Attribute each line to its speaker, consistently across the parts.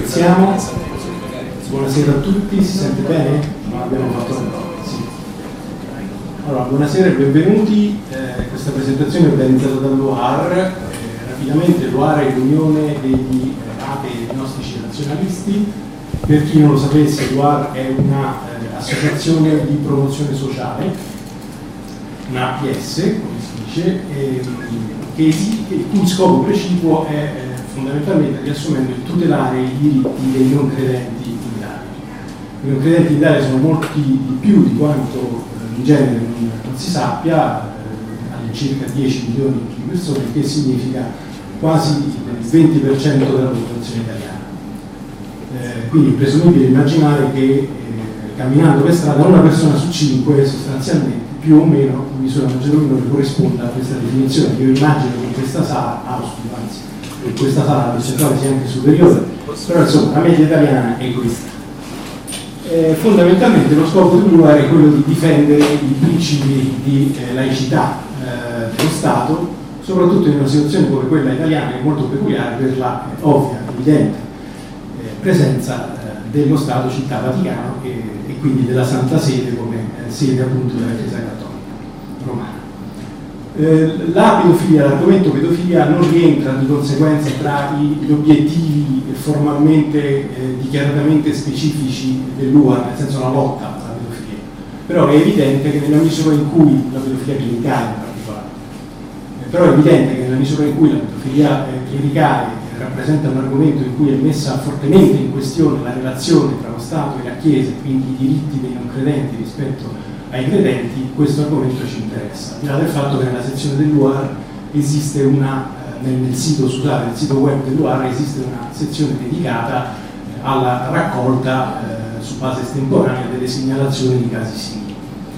Speaker 1: Iniziamo. Buonasera a tutti, si sente bene? No, abbiamo fatto sì. Allora, buonasera e benvenuti. Questa presentazione è organizzata dall'UAR. Rapidamente, l'UAR è l'unione degli atei agnostici razionalisti. Per chi non lo sapesse, l'UAR è una associazione di promozione sociale, una APS, come si dice, il cui scopo precipuo è fondamentalmente, riassumendo, il tutelare i diritti dei non credenti in Italia. I non credenti in Italia sono molti di più di quanto in genere non si sappia, all'incirca 10 milioni di persone, che significa quasi il 20% della popolazione italiana. Quindi è presumibile immaginare che camminando per strada una persona su 5 sostanzialmente, più o meno, in misura maggiore o minore, corrisponda a questa definizione. Io immagino che in questa sala, anzi, in questa sala la percentuale sia anche superiore, però insomma la media italiana è questa. Fondamentalmente lo scopo dell'UAR è quello di difendere i principi di laicità dello Stato, soprattutto in una situazione come quella italiana, che è molto peculiare per la ovvia, evidente presenza dello Stato Città Vaticano e quindi della Santa Sede come sede appunto della Chiesa Cattolica Romana. La pedofilia, l'argomento pedofilia non rientra di conseguenza tra gli obiettivi formalmente dichiaratamente specifici dell'UAR, nel senso la lotta alla pedofilia, però è evidente che nella misura in cui la pedofilia clericale in particolare, però è evidente che nella misura in cui la pedofilia clericale rappresenta un argomento in cui è messa fortemente in questione la relazione tra lo Stato e la Chiesa, quindi i diritti dei non credenti rispetto ai credenti, questo argomento ci interessa. Al di là del fatto che nella sezione dell'UAR esiste nel sito web dell'UAR esiste una sezione dedicata alla raccolta su base estemporanea delle segnalazioni di casi simili.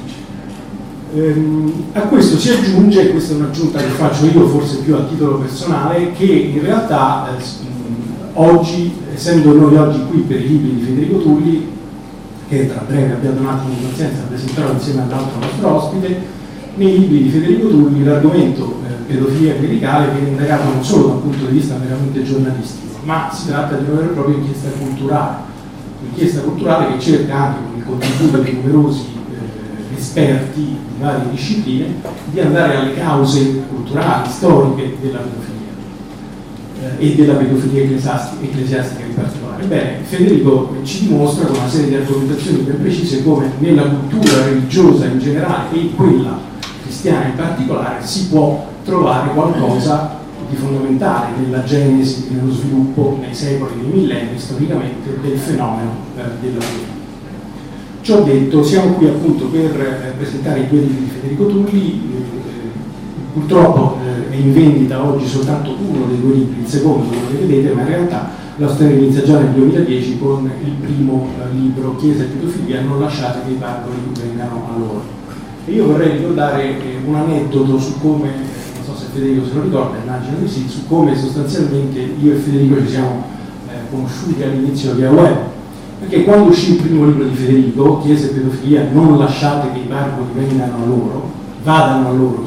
Speaker 1: A questo si aggiunge, e questa è un'aggiunta che faccio io forse più a titolo personale, che in realtà oggi, essendo noi oggi qui per i libri di Federico Tulli, che tra breve abbiamo un attimo di pazienza, presenterò insieme all'altro nostro ospite, nei libri di Federico Tulli l'argomento pedofilia clericale viene indagato non solo da un punto di vista meramente giornalistico, ma si tratta di una vera e propria inchiesta culturale che cerca anche con il contributo di numerosi esperti di varie discipline di andare alle cause culturali, storiche della pedofilia e della pedofilia ecclesiastica in particolare. Bene, Federico ci dimostra con una serie di argomentazioni ben precise come nella cultura religiosa in generale e in quella cristiana in particolare si può trovare qualcosa di fondamentale nella genesi, nello sviluppo nei secoli, nei millenni storicamente del fenomeno della pedofilia. Ciò detto, siamo qui appunto per presentare i due libri di Federico Tulli. Purtroppo è in vendita oggi soltanto uno dei due libri, il secondo quello che vedete, ma in realtà la storia inizia già nel 2010 con il primo libro, Chiesa e pedofilia, non lasciate che i barbari vengano a loro. E io vorrei ricordare un aneddoto su come, non so se Federico se lo ricorda, immagino di sì, su come sostanzialmente io e Federico ci siamo conosciuti all'inizio via web. Perché quando uscì il primo libro di Federico, Chiesa e pedofilia, non lasciate che i barbari vengano a loro, vadano a loro,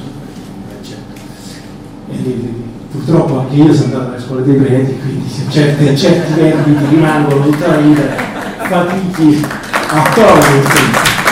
Speaker 1: purtroppo anche io sono andato alle scuole dei preti, quindi certi verbi che rimangono tutta la vita fatichi a togliersi,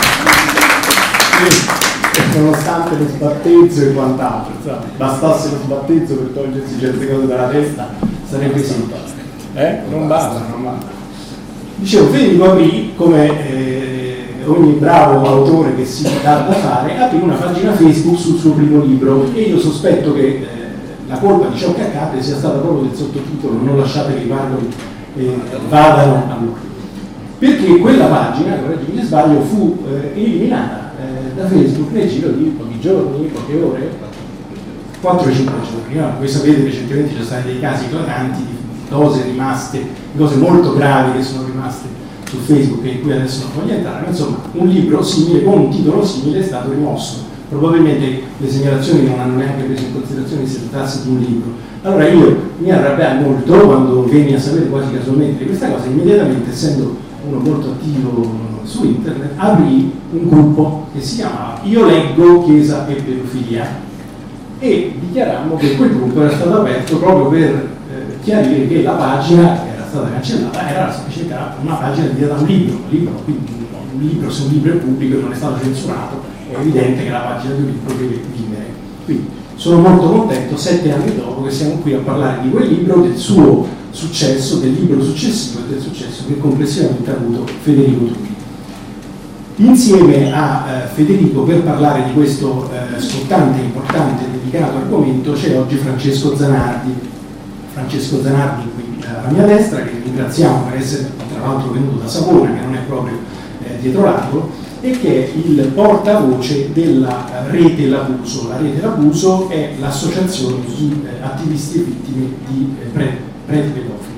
Speaker 1: nonostante lo sbattezzo e quant'altro, bastasse lo sbattezzo per togliersi certe cose dalla testa, sarebbe simpatico. Non basta. Dicevo, Federico aprì, come ogni bravo autore che si dà da fare, aprì una pagina Facebook sul suo primo libro e io sospetto che la colpa di ciò che accade sia stata proprio del sottotitolo "Non lasciate che i barbari vadano a loro", perché quella pagina, correggimi se sbaglio, fu eliminata da Facebook nel giro di pochi giorni, poche ore, 4-5 giorni. No? Voi sapete che recentemente ci sono stati dei casi eclatanti di cose rimaste, cose molto gravi che sono rimaste su Facebook e in cui adesso non voglio entrare, ma insomma un libro simile con un titolo simile è stato rimosso. Probabilmente le segnalazioni non hanno neanche preso in considerazione se si trattasse di un libro. Allora io mi arrabbiai molto quando venni a sapere quasi casualmente di questa cosa. Immediatamente, essendo uno molto attivo su internet, aprì un gruppo che si chiamava Io leggo Chiesa e pedofilia e dichiarammo che quel gruppo era stato aperto proprio per chiarire che la pagina, che era stata cancellata, era semplicemente una pagina dedicata a un libro, se un libro è pubblico e non è stato censurato, è evidente che la pagina di un libro deve vivere. Quindi sono molto contento, 7 anni dopo, che siamo qui a parlare di quel libro, del suo successo, del libro successivo e del successo che complessivamente ha avuto Federico Trulli. Insieme a Federico, per parlare di questo scottante, importante e dedicato argomento, c'è oggi Francesco Zanardi. Francesco Zanardi qui alla mia destra, che ringraziamo per essere tra l'altro venuto da Savona, che non è proprio dietro l'angolo, e che è il portavoce della Rete L'Abuso. La Rete L'Abuso è l'associazione di attivisti e vittime di preti pedofili.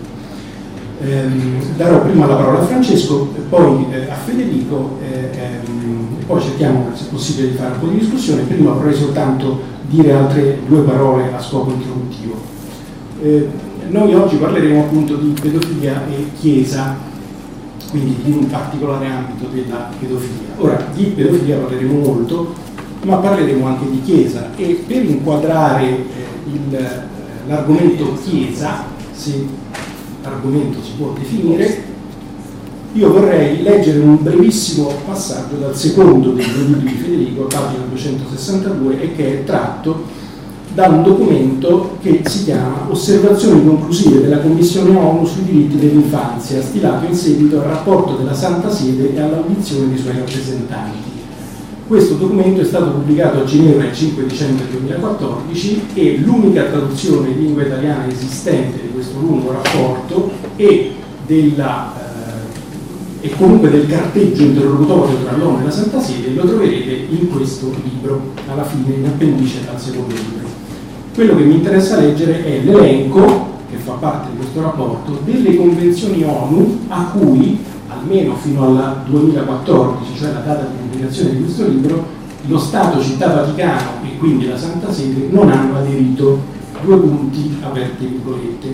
Speaker 1: Darò prima la parola a Francesco, poi a Federico, poi cerchiamo se possibile di fare un po' di discussione. Prima vorrei soltanto dire altre 2 parole a scopo introduttivo. Noi oggi parleremo appunto di pedofilia e Chiesa, quindi di un particolare ambito della pedofilia. Ora, di pedofilia parleremo molto, ma parleremo anche di Chiesa, e per inquadrare l'argomento Chiesa, se argomento si può definire, io vorrei leggere un brevissimo passaggio dal secondo dei 2 libri di Federico, pagina 262, e che è tratto da un documento che si chiama Osservazioni conclusive della Commissione ONU sui diritti dell'infanzia, stilato in seguito al rapporto della Santa Sede e all'audizione dei suoi rappresentanti. Questo documento è stato pubblicato a Ginevra il 5 dicembre 2014 e l'unica traduzione in lingua italiana esistente di questo lungo rapporto e comunque del carteggio interlocutorio tra l'ONU e la Santa Sede lo troverete in questo libro, alla fine in appendice al secondo libro. Quello che mi interessa leggere è l'elenco, che fa parte di questo rapporto, delle convenzioni ONU a cui, almeno fino al 2014, cioè la data di pubblicazione di questo libro, lo Stato Città Vaticano e quindi la Santa Sede non hanno aderito. 2 punti aperte virgolette.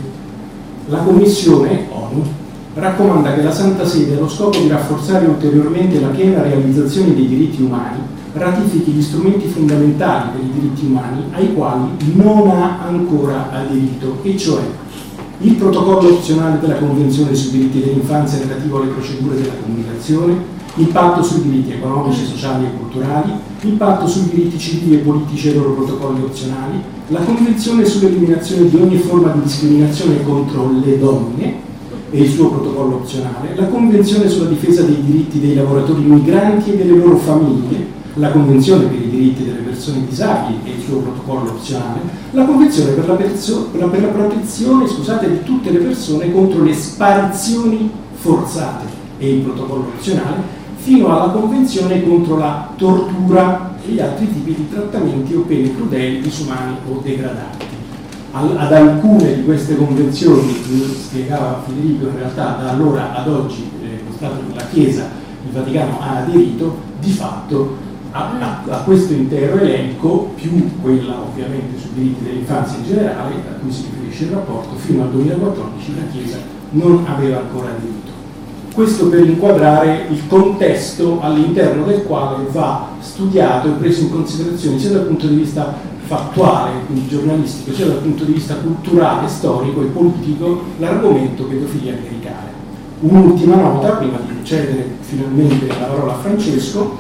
Speaker 1: La Commissione ONU raccomanda che la Santa Sede, allo scopo di rafforzare ulteriormente la piena realizzazione dei diritti umani, ratifichi gli strumenti fondamentali per i diritti umani ai quali non ha ancora aderito, e cioè il protocollo opzionale della Convenzione sui diritti dell'infanzia relativo alle procedure della comunicazione, il patto sui diritti economici, sociali e culturali, il patto sui diritti civili e politici e i loro protocolli opzionali, la Convenzione sull'eliminazione di ogni forma di discriminazione contro le donne e il suo protocollo opzionale, la Convenzione sulla difesa dei diritti dei lavoratori migranti e delle loro famiglie, la Convenzione per i diritti delle persone disabili e il suo protocollo opzionale, la Convenzione per la protezione di tutte le persone contro le sparizioni forzate e il protocollo opzionale, fino alla Convenzione contro la tortura e gli altri tipi di trattamenti o pene crudeli, disumani o degradanti. Ad alcune di queste convenzioni, spiegava Federico, in realtà da allora ad oggi la Chiesa, il Vaticano ha aderito di fatto a questo intero elenco, più quella ovviamente sui diritti dell'infanzia in generale, a cui si riferisce il rapporto. Fino al 2014 la Chiesa non aveva ancora aderito. Questo per inquadrare il contesto all'interno del quale va studiato e preso in considerazione sia dal punto di vista fattuale, quindi giornalistico, sia dal punto di vista culturale, storico e politico l'argomento pedofilia clericale. Un'ultima nota prima di cedere finalmente la parola a Francesco.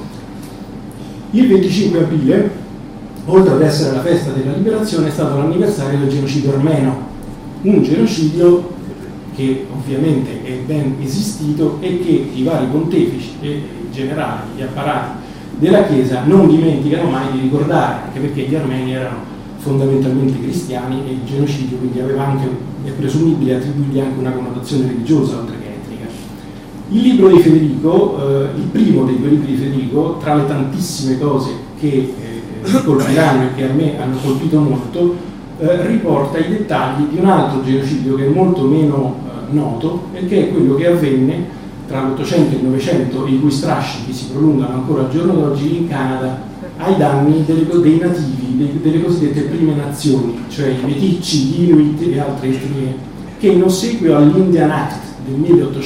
Speaker 1: Il 25 aprile, oltre ad essere la festa della liberazione, è stato l'anniversario del genocidio armeno, un genocidio che ovviamente è ben esistito e che i vari pontefici e in generale gli apparati della Chiesa non dimenticano mai di ricordare, anche perché gli armeni erano fondamentalmente cristiani e il genocidio quindi aveva anche, è presumibile attribuirgli anche una connotazione religiosa oltre che etnica. Il libro di Federico, il primo dei 2 libri di Federico, tra le tantissime cose che colpiranno e che a me hanno colpito molto, riporta i dettagli di un altro genocidio che è molto meno noto e che è quello che avvenne tra l'800 e il 900, i cui strascichi si prolungano ancora al giorno d'oggi in Canada ai danni dei nativi, delle cosiddette prime nazioni, cioè i meticci, gli Inuit e altre etnie, che in ossequio all'Indian Act del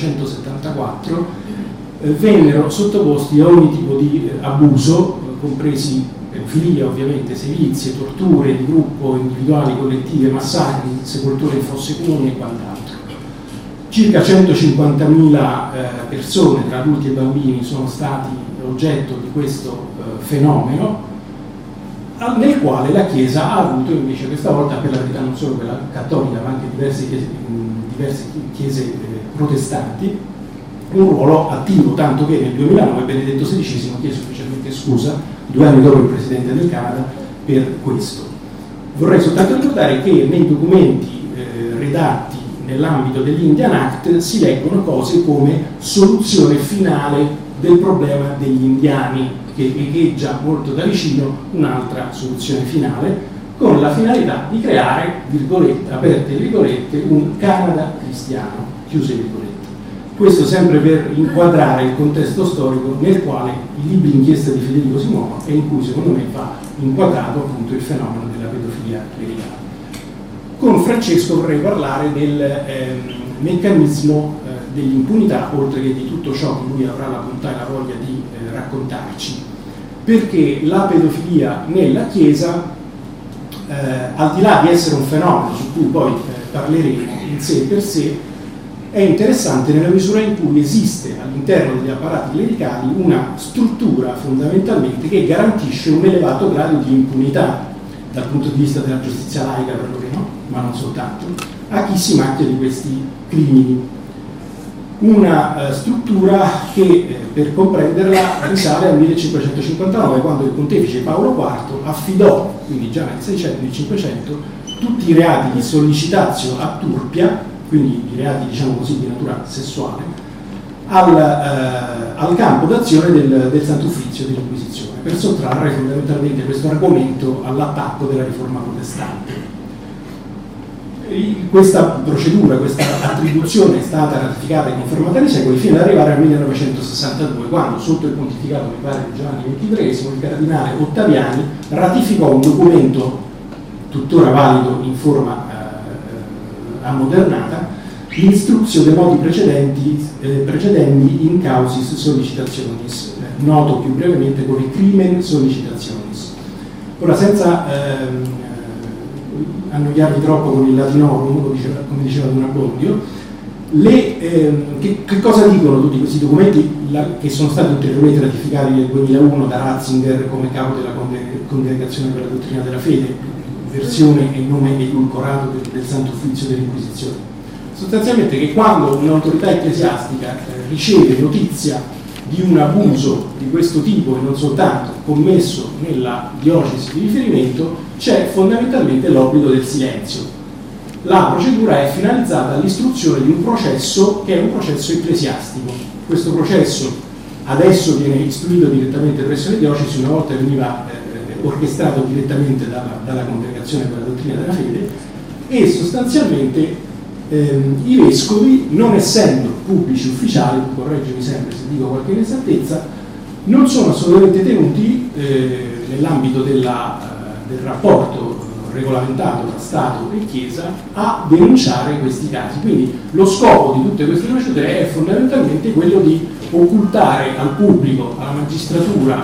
Speaker 1: 1874 vennero sottoposti a ogni tipo di abuso, compresi pedofilia ovviamente, sevizie, torture di gruppo, individuali, collettive, massacri, sepolture in fosse comuni e quant'altro. circa 150.000 persone, tra adulti e bambini, sono stati oggetto di questo fenomeno, nel quale la Chiesa ha avuto invece questa volta, per la verità non solo quella cattolica ma anche diverse chiese protestanti, un ruolo attivo, tanto che nel 2009 Benedetto XVI chiese ufficialmente scusa, 2 anni dopo il Presidente del Canada, per questo. Vorrei soltanto ricordare che nei documenti redatti nell'ambito dell'Indian Act si leggono cose come soluzione finale del problema degli indiani, che echeggia molto da vicino un'altra soluzione finale, con la finalità di creare, virgolette, aperte virgolette, un Canada cristiano, chiuse virgolette. Questo sempre per inquadrare il contesto storico nel quale i libri d'inchiesta di Federico Simono e in cui secondo me va inquadrato appunto il fenomeno della pedofilia clericale. Con Francesco vorrei parlare del meccanismo dell'impunità, oltre che di tutto ciò che lui avrà la bontà e la voglia di raccontarci, perché la pedofilia nella Chiesa, al di là di essere un fenomeno su cui poi parleremo in sé per sé, è interessante nella misura in cui esiste all'interno degli apparati clericali una struttura fondamentalmente che garantisce un elevato grado di impunità dal punto di vista della giustizia laica perlomeno, ma non soltanto, a chi si macchia di questi crimini. Una struttura che, per comprenderla, risale al 1559, quando il pontefice Paolo IV affidò, quindi già nel 600 nel 500, tutti i reati di sollicitazio a turpia, quindi i reati diciamo così di natura sessuale, al campo d'azione del Santo Uffizio dell'Inquisizione, per sottrarre fondamentalmente questo argomento all'attacco della riforma protestante. Questa procedura, questa attribuzione è stata ratificata e confermata nei secoli fino ad arrivare al 1962, quando sotto il pontificato, mi pare, di Giovanni XXIII, il cardinale Ottaviani ratificò un documento tuttora valido in forma ammodernata, l'instruzione dei modi precedenti in causis sollicitationis, noto più brevemente come crimen sollicitationis. Ora, senza annoiarvi troppo con il latinorum, come diceva Don Abbondio, che cosa dicono tutti questi documenti che sono stati ulteriormente ratificati nel 2001 da Ratzinger come capo della Congregazione per la Dottrina della Fede, versione e nome edulcorato del Santo Uffizio dell'Inquisizione? Sostanzialmente che quando un'autorità ecclesiastica riceve notizia di un abuso di questo tipo e non soltanto commesso nella diocesi di riferimento, c'è fondamentalmente l'obbligo del silenzio. La procedura è finalizzata all'istruzione di un processo che è un processo ecclesiastico. Questo processo adesso viene istruito direttamente presso le diocesi, una volta veniva orchestrato direttamente dalla Congregazione per la Dottrina della Fede, e sostanzialmente i vescovi, non essendo pubblici ufficiali, correggimi sempre se dico qualche inesattezza, non sono assolutamente tenuti nell'ambito del rapporto regolamentato tra Stato e Chiesa a denunciare questi casi. Quindi lo scopo di tutte queste procedure è fondamentalmente quello di occultare al pubblico, alla magistratura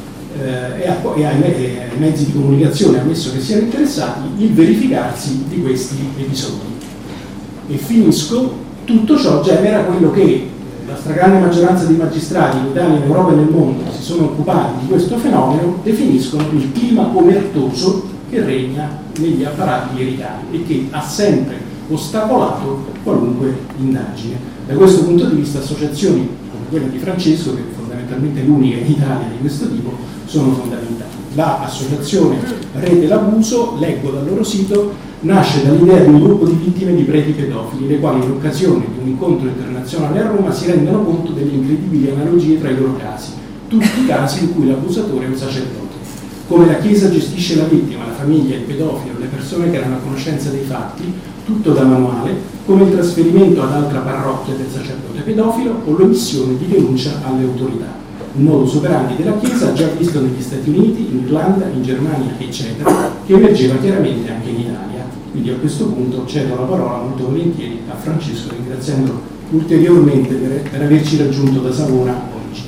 Speaker 1: e ai mezzi di comunicazione, ammesso che siano interessati, il verificarsi di questi episodi. E finisco, tutto ciò genera quello che la stragrande maggioranza dei magistrati in Italia, in Europa e nel mondo si sono occupati di questo fenomeno, definiscono il clima omertoso che regna negli apparati clericali e che ha sempre ostacolato qualunque indagine. Da questo punto di vista associazioni come quella di Francesco, che è fondamentalmente l'unica in Italia di questo tipo, sono fondamentali. L'associazione Rete l'Abuso, leggo dal loro sito, nasce dall'idea di un gruppo di vittime di preti pedofili, le quali in occasione di un incontro internazionale a Roma si rendono conto delle incredibili analogie tra i loro casi, tutti i casi in cui l'abusatore è un sacerdote. Come la Chiesa gestisce la vittima, la famiglia, il pedofilo, le persone che erano a conoscenza dei fatti, tutto da manuale, come il trasferimento ad altra parrocchia del sacerdote pedofilo o l'omissione di denuncia alle autorità. Un modus operandi della Chiesa già visto negli Stati Uniti, in Irlanda, in Germania, eccetera, che emergeva chiaramente anche in Italia. Quindi a questo punto cedo la parola molto volentieri a Francesco, ringraziandolo ulteriormente per averci raggiunto da Savona oggi.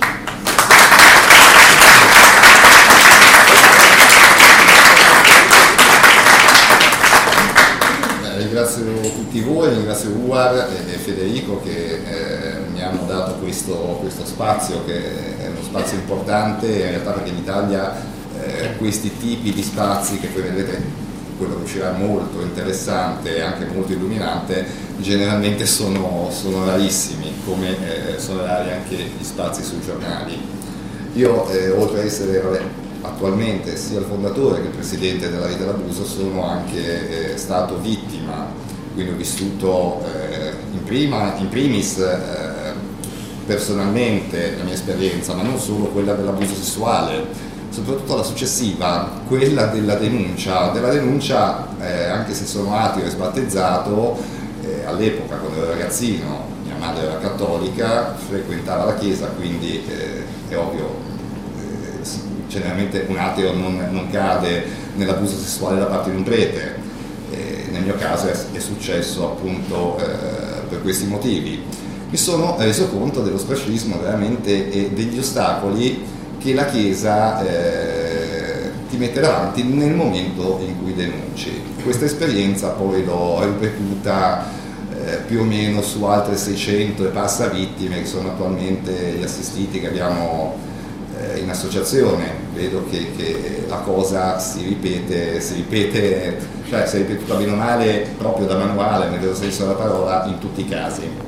Speaker 2: ringrazio tutti voi, ringrazio UAR e Federico che mi hanno dato questo spazio, che è uno spazio importante in realtà, perché in Italia questi tipi di spazi, che poi vedrete quello che uscirà molto interessante e anche molto illuminante, generalmente sono rarissimi, come sono rari anche gli spazi sui giornali. Io, oltre ad essere attualmente sia il fondatore che il presidente della Rete dell'Abuso, sono anche stato vittima, quindi ho vissuto in primis personalmente la mia esperienza, ma non solo quella dell'abuso sessuale, soprattutto la successiva, quella della denuncia, anche se sono ateo e sbattezzato, all'epoca quando ero ragazzino, mia madre era cattolica, frequentava la chiesa, quindi è ovvio, generalmente un ateo non cade nell'abuso sessuale da parte di un prete, nel mio caso è successo appunto per questi motivi. Mi sono reso conto dello ostracismo veramente e degli ostacoli che la Chiesa ti mette davanti nel momento in cui denunci. Questa esperienza poi l'ho ripetuta più o meno su altre 600 e passa vittime che sono attualmente gli assistiti che abbiamo in associazione. Vedo che la cosa si ripete, cioè si è ripetuta bene o male proprio da manuale, nel vero senso della parola, in tutti i casi.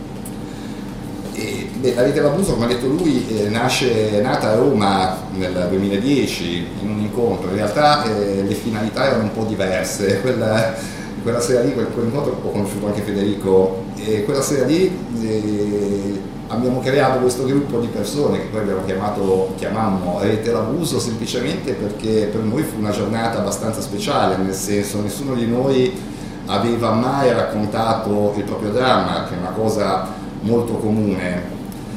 Speaker 2: La Rete dell'Abuso, come ha detto lui, è nata a Roma nel 2010 in un incontro. In realtà le finalità erano un po' diverse. Quella sera lì, quell'incontro ho conosciuto anche Federico, e quella sera lì abbiamo creato questo gruppo di persone che poi chiamammo Rete dell'Abuso, semplicemente perché per noi fu una giornata abbastanza speciale, nel senso nessuno di noi aveva mai raccontato il proprio dramma, che è una cosa molto comune.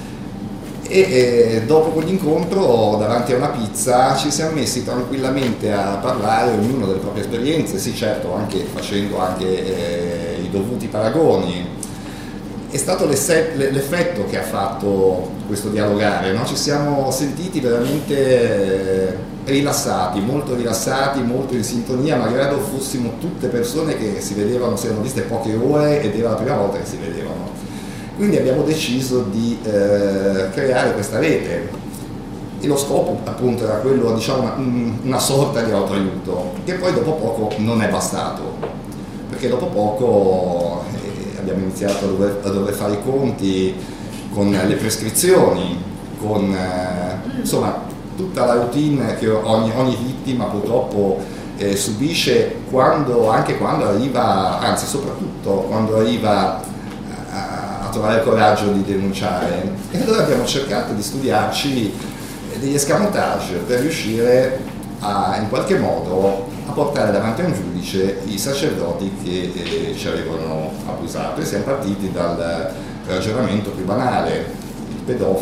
Speaker 2: E dopo quell'incontro, davanti a una pizza, ci siamo messi tranquillamente a parlare ognuno delle proprie esperienze, sì certo, anche facendo anche i dovuti paragoni. È stato l'effetto che ha fatto questo dialogare, no? Ci siamo sentiti veramente rilassati, molto in sintonia, malgrado fossimo tutte persone che si vedevano, si erano viste poche ore ed era la prima volta che si vedevano. Quindi abbiamo deciso di creare questa rete e lo scopo appunto era quello, diciamo, una sorta di autoaiuto, che poi dopo poco non è bastato, perché dopo poco abbiamo iniziato a dover fare i conti con le prescrizioni, con insomma tutta la routine che ogni vittima purtroppo subisce anche quando arriva, anzi soprattutto quando arriva trovare il coraggio di denunciare. E allora abbiamo cercato di studiarci degli escamotage per riuscire in qualche modo a portare davanti a un giudice i sacerdoti che ci avevano abusato, e siamo partiti dal ragionamento più banale. Il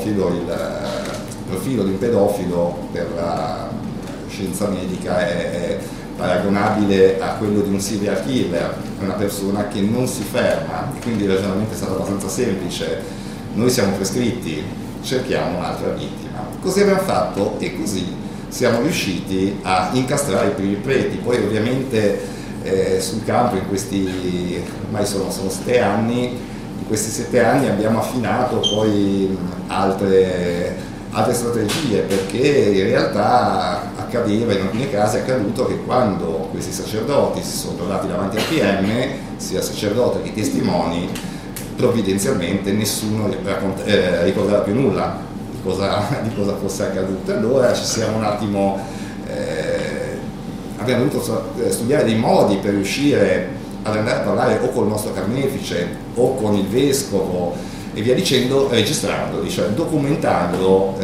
Speaker 2: profilo di un pedofilo per la scienza medica è paragonabile a quello di un serial killer, è una persona che non si ferma, quindi il ragionamento è stato abbastanza semplice: noi siamo prescritti, cerchiamo un'altra vittima. Così abbiamo fatto e così siamo riusciti a incastrare i primi preti. Poi ovviamente sul campo in questi, ormai sono 7 anni, in questi 7 anni abbiamo affinato poi altre strategie, perché in realtà accadeva, in alcuni casi è accaduto che quando questi sacerdoti si sono trovati davanti al PM, sia sacerdote che testimoni, provvidenzialmente nessuno ricordava più nulla di cosa fosse accaduto. Allora ci siamo un attimo abbiamo dovuto studiare dei modi per riuscire ad andare a parlare o col nostro carnefice o con il vescovo e via dicendo, registrando, cioè documentando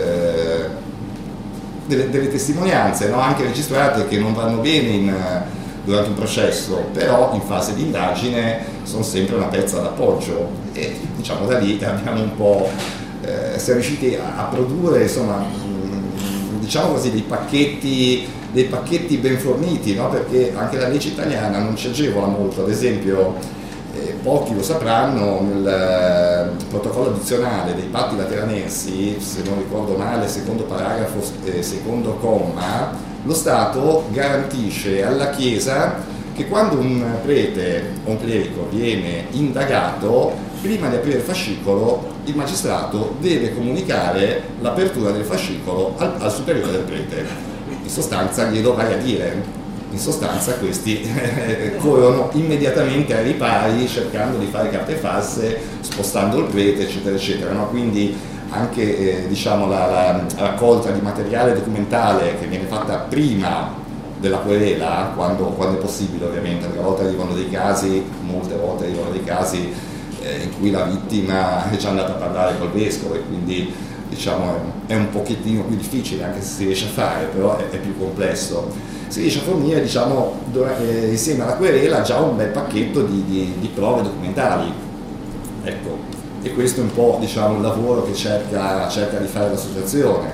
Speaker 2: delle testimonianze, no? Anche registrate, che non vanno bene durante un processo, però in fase di indagine sono sempre una pezza d'appoggio, e diciamo da lì abbiamo un po' siamo riusciti a produrre, insomma, diciamo così, dei pacchetti ben forniti, no? Perché anche la legge italiana non ci agevola molto. Ad esempio, pochi lo sapranno, nel protocollo addizionale dei patti lateranensi, se non ricordo male, secondo paragrafo, secondo comma, lo Stato garantisce alla Chiesa che quando un prete o un clerico viene indagato, prima di aprire il fascicolo, il magistrato deve comunicare l'apertura del fascicolo al superiore del prete. In sostanza glielo vai a dire. In sostanza questi corrono immediatamente ai ripari cercando di fare carte false, spostando il prete, eccetera, eccetera. No? Quindi anche diciamo, la raccolta di materiale documentale che viene fatta prima della querela, quando è possibile ovviamente, perché a volte arrivano dei casi, molte volte arrivano dei casi in cui la vittima è già andata a parlare col vescovo e quindi diciamo, è un pochettino più difficile, anche se si riesce a fare, però è più complesso. Si riesce a fornire, diciamo, insieme alla querela già un bel pacchetto di prove documentali. Ecco, e questo è un po', diciamo, il lavoro che cerca di fare l'associazione.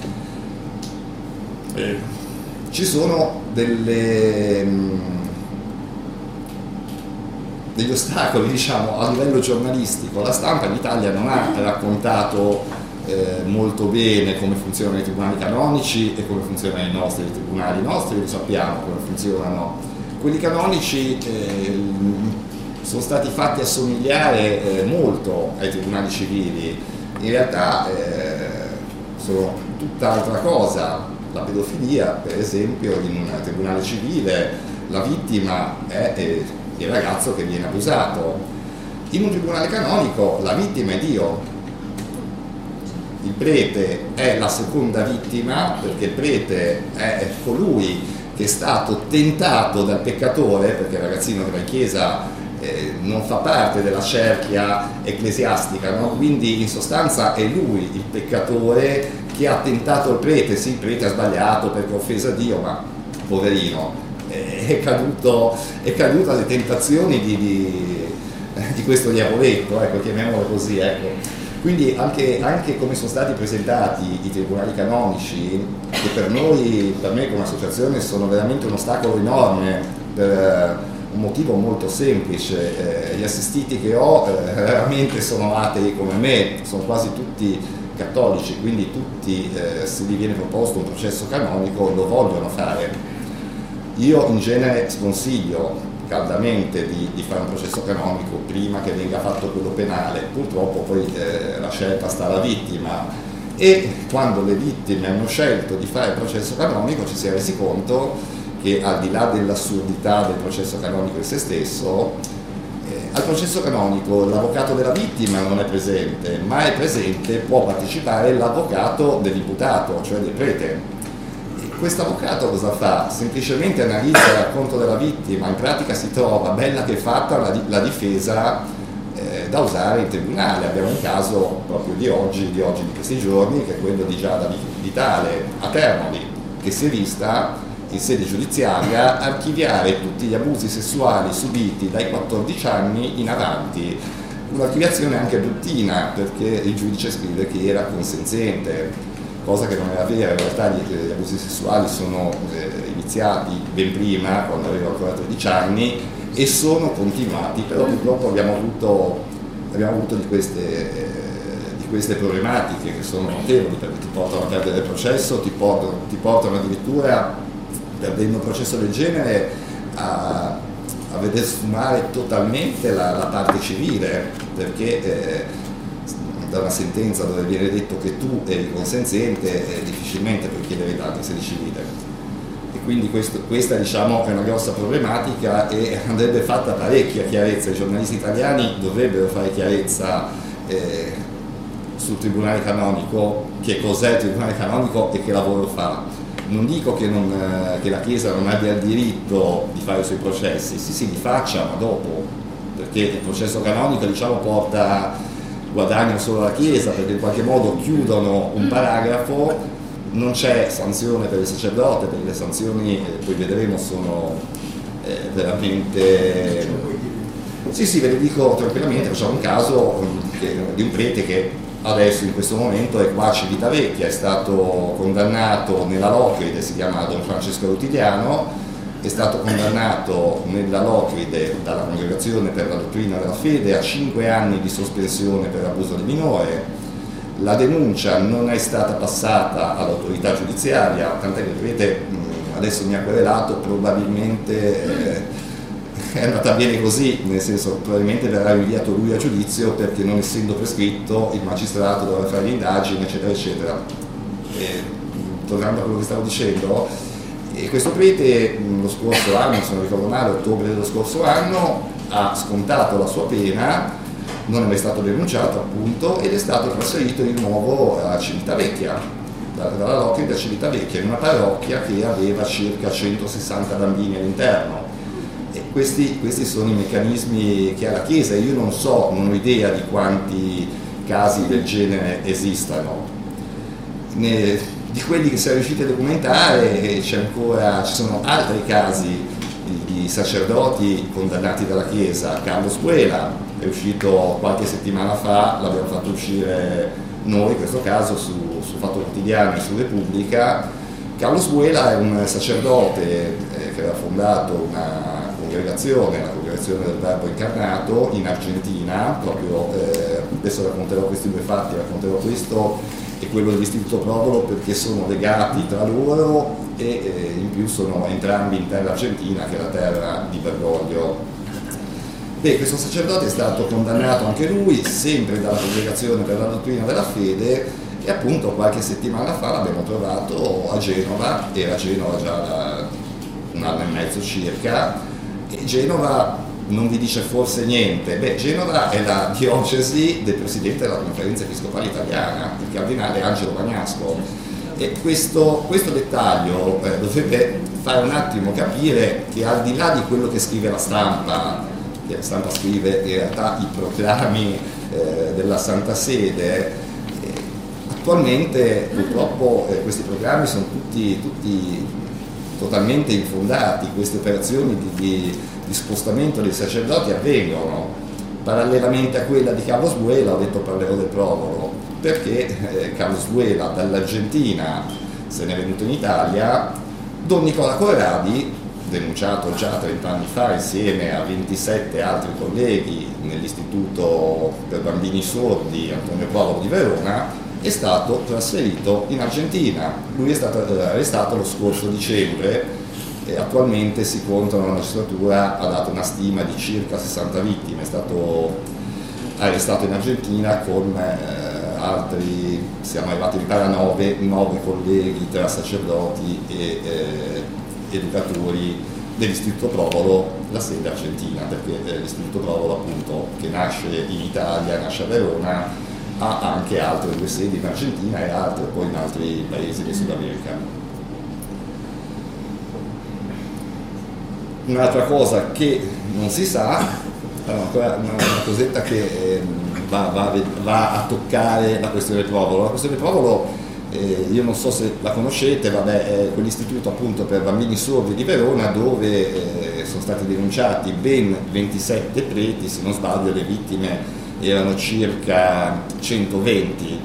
Speaker 2: Ci sono degli ostacoli, diciamo, a livello giornalistico. La stampa in Italia non ha raccontato molto bene come funzionano i tribunali canonici e come funzionano i nostri tribunali. I nostri lo sappiamo come funzionano. Quelli canonici sono stati fatti assomigliare molto ai tribunali civili. In realtà sono tutt'altra cosa. La pedofilia, per esempio, in un tribunale civile la vittima è il ragazzo che viene abusato. In un tribunale canonico la vittima è Dio. Il prete è la seconda vittima, perché il prete è colui che è stato tentato dal peccatore, perché il ragazzino che va in chiesa non fa parte della cerchia ecclesiastica, no? Quindi in sostanza è lui il peccatore che ha tentato il prete. Sì, il prete ha sbagliato perché ha offeso a Dio, ma poverino è caduto alle tentazioni di questo diavoletto, ecco, chiamiamolo così, ecco. Quindi anche come sono stati presentati i tribunali canonici, che per me come associazione sono veramente un ostacolo enorme, per un motivo molto semplice. Gli assistiti che ho raramente sono atei come me, sono quasi tutti cattolici, quindi tutti, se gli viene proposto un processo canonico, lo vogliono fare. Io in genere sconsiglio caldamente di fare un processo canonico prima che venga fatto quello penale. Purtroppo poi la scelta sta alla vittima, e quando le vittime hanno scelto di fare il processo canonico ci si è resi conto che, al di là dell'assurdità del processo canonico in se stesso, al processo canonico l'avvocato della vittima non è presente, ma è presente, può partecipare l'avvocato dell'imputato, cioè del prete. Questo avvocato cosa fa? Semplicemente analizza il racconto della vittima, in pratica si trova bella che fatta la difesa da usare in tribunale. Abbiamo un caso proprio di questi giorni, che è quello di Giada Vitale a Termoli, che si è vista in sede giudiziaria archiviare tutti gli abusi sessuali subiti dai 14 anni in avanti. Un'archiviazione anche bruttina, perché il giudice scrive che era consenziente, cosa che non era vera. In realtà gli abusi sessuali sono iniziati ben prima, quando aveva ancora 13 anni, e sono continuati. Però purtroppo abbiamo avuto di queste problematiche che sono notevoli, perché ti portano a perdere il processo, ti portano addirittura, perdendo un processo del genere, a veder sfumare totalmente la parte civile, perché da una sentenza dove viene detto che tu eri consenziente, difficilmente puoi chiedere tanto in sede civile. E quindi questa, diciamo, è una grossa problematica, e andrebbe fatta parecchia chiarezza. I giornalisti italiani dovrebbero fare chiarezza sul tribunale canonico, che cos'è il tribunale canonico e che lavoro fa. Non dico che la Chiesa non abbia il diritto di fare i suoi processi, sì, li faccia, ma dopo, perché il processo canonico, diciamo, porta guadagno solo la Chiesa, perché in qualche modo chiudono un paragrafo, non c'è sanzione per il sacerdote, perché le sanzioni, poi vedremo, sono veramente... Sì, ve le dico tranquillamente. Facciamo un caso di un prete che adesso in questo momento è qua a Civitavecchia, è stato condannato nella Locride, si chiama Don Francesco Rutigliano, è stato condannato nella Locride dalla Congregazione per la Dottrina della Fede a 5 anni di sospensione per abuso di minore. La denuncia non è stata passata all'autorità giudiziaria, tant'è che il prete adesso mi ha querelato, probabilmente è andata bene così, nel senso probabilmente verrà inviato lui a giudizio perché non essendo prescritto il magistrato dovrà fare l'indagine, eccetera eccetera. Tornando a quello che stavo dicendo, questo prete lo scorso anno, se non ricordo male, ottobre dello scorso anno, ha scontato la sua pena, non è mai stato denunciato appunto, ed è stato trasferito di nuovo a Civitavecchia, dalla Locride a Civitavecchia, in una parrocchia che aveva circa 160 bambini all'interno. E questi sono i meccanismi che ha la Chiesa. Io non ho idea di quanti casi del genere esistano. Di quelli che si è riusciti a documentare ci sono altri casi di sacerdoti condannati dalla Chiesa. Carlo Sguela è uscito qualche settimana fa, l'abbiamo fatto uscire noi in questo caso su Fatto Quotidiano e su Repubblica. Carlo Sguela è un sacerdote che aveva fondato una congregazione, la congregazione del Verbo Incarnato in Argentina, proprio adesso racconterò questi due fatti, racconterò questo e quello dell'Istituto Provolo perché sono legati tra loro e in più sono entrambi in terra argentina, che è la terra di Bergoglio. Questo sacerdote è stato condannato anche lui, sempre dalla Congregazione per la Dottrina della Fede, e appunto qualche settimana fa l'abbiamo trovato a Genova, era a Genova già da un anno e mezzo circa, e Genova non vi dice forse niente. Genova è la diocesi del presidente della Conferenza Episcopale Italiana, il cardinale Angelo Bagnasco, e questo dettaglio dovrebbe fare un attimo capire che al di là di quello che scrive la stampa scrive in realtà i proclami della Santa Sede, attualmente purtroppo questi proclami sono tutti totalmente infondati. Queste operazioni di spostamento dei sacerdoti avvengono parallelamente a quella di Carlo Sguela. Ho detto parlerò del Provolo perché Carlo Sguela dall'Argentina se n'è venuto in Italia. Don Nicola Corradi, denunciato già 30 anni fa insieme a 27 altri colleghi nell'Istituto per Bambini Sordi Antonio Provolo di Verona, è stato trasferito in Argentina. Lui è stato arrestato lo scorso dicembre e attualmente si contano, la magistratura ha dato una stima di circa 60 vittime. È stato arrestato in Argentina con altri, siamo arrivati a 9 colleghi tra sacerdoti e educatori dell'Istituto Provolo, la sede argentina, perché l'Istituto Provolo appunto, che nasce in Italia, nasce a Verona, ha anche altre 2 sedi in Argentina e altre poi in altri paesi del Sud America. Un'altra cosa che non si sa, una cosetta che va a toccare la questione Provolo. La questione Provolo, io non so se la conoscete, è quell'istituto appunto per bambini sordi di Verona dove sono stati denunciati ben 27 preti, se non sbaglio le vittime erano circa 120.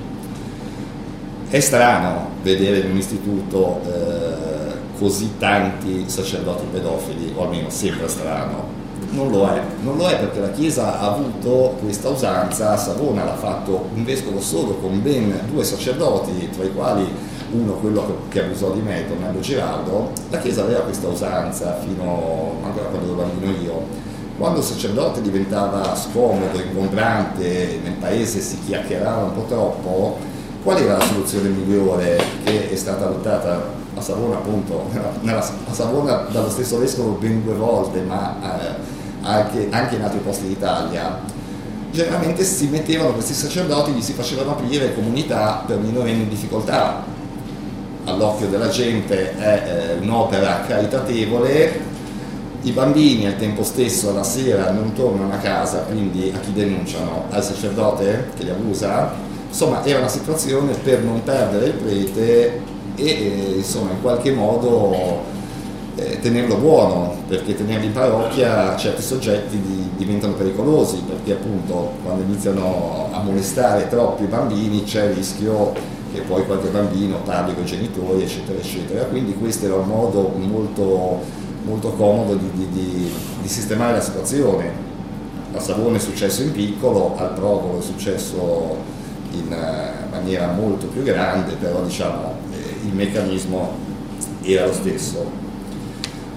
Speaker 2: È strano vedere in un istituto così tanti sacerdoti pedofili, o almeno sembra strano. Non lo è perché la Chiesa ha avuto questa usanza. A Savona l'ha fatto un vescovo solo con ben 2 sacerdoti, tra i quali uno, quello che abusò di me, Tommaso Giraldo. La Chiesa aveva questa usanza fino ancora quando ero bambino io. Quando il sacerdote diventava scomodo, ingombrante, nel paese si chiacchierava un po' troppo, qual era la soluzione migliore che è stata adottata a Savona, appunto, a Savona dallo stesso vescovo ben 2 volte, ma anche in altri posti d'Italia? Generalmente si mettevano questi sacerdoti, gli si facevano aprire comunità per minorenni in difficoltà. All'occhio della gente è un'opera caritatevole, i bambini al tempo stesso alla sera non tornano a casa, quindi a chi denunciano? Al sacerdote che li abusa? Insomma, era una situazione per non perdere il prete e insomma in qualche modo tenerlo buono, perché tenerli in parrocchia certi soggetti diventano pericolosi, perché appunto quando iniziano a molestare troppi bambini c'è il rischio che poi qualche bambino parli con i genitori, eccetera eccetera. Quindi questo era un modo molto, molto comodo di sistemare la situazione. A Savona è successo in piccolo, al Provolo è successo in maniera molto più grande, però diciamo il meccanismo era lo stesso.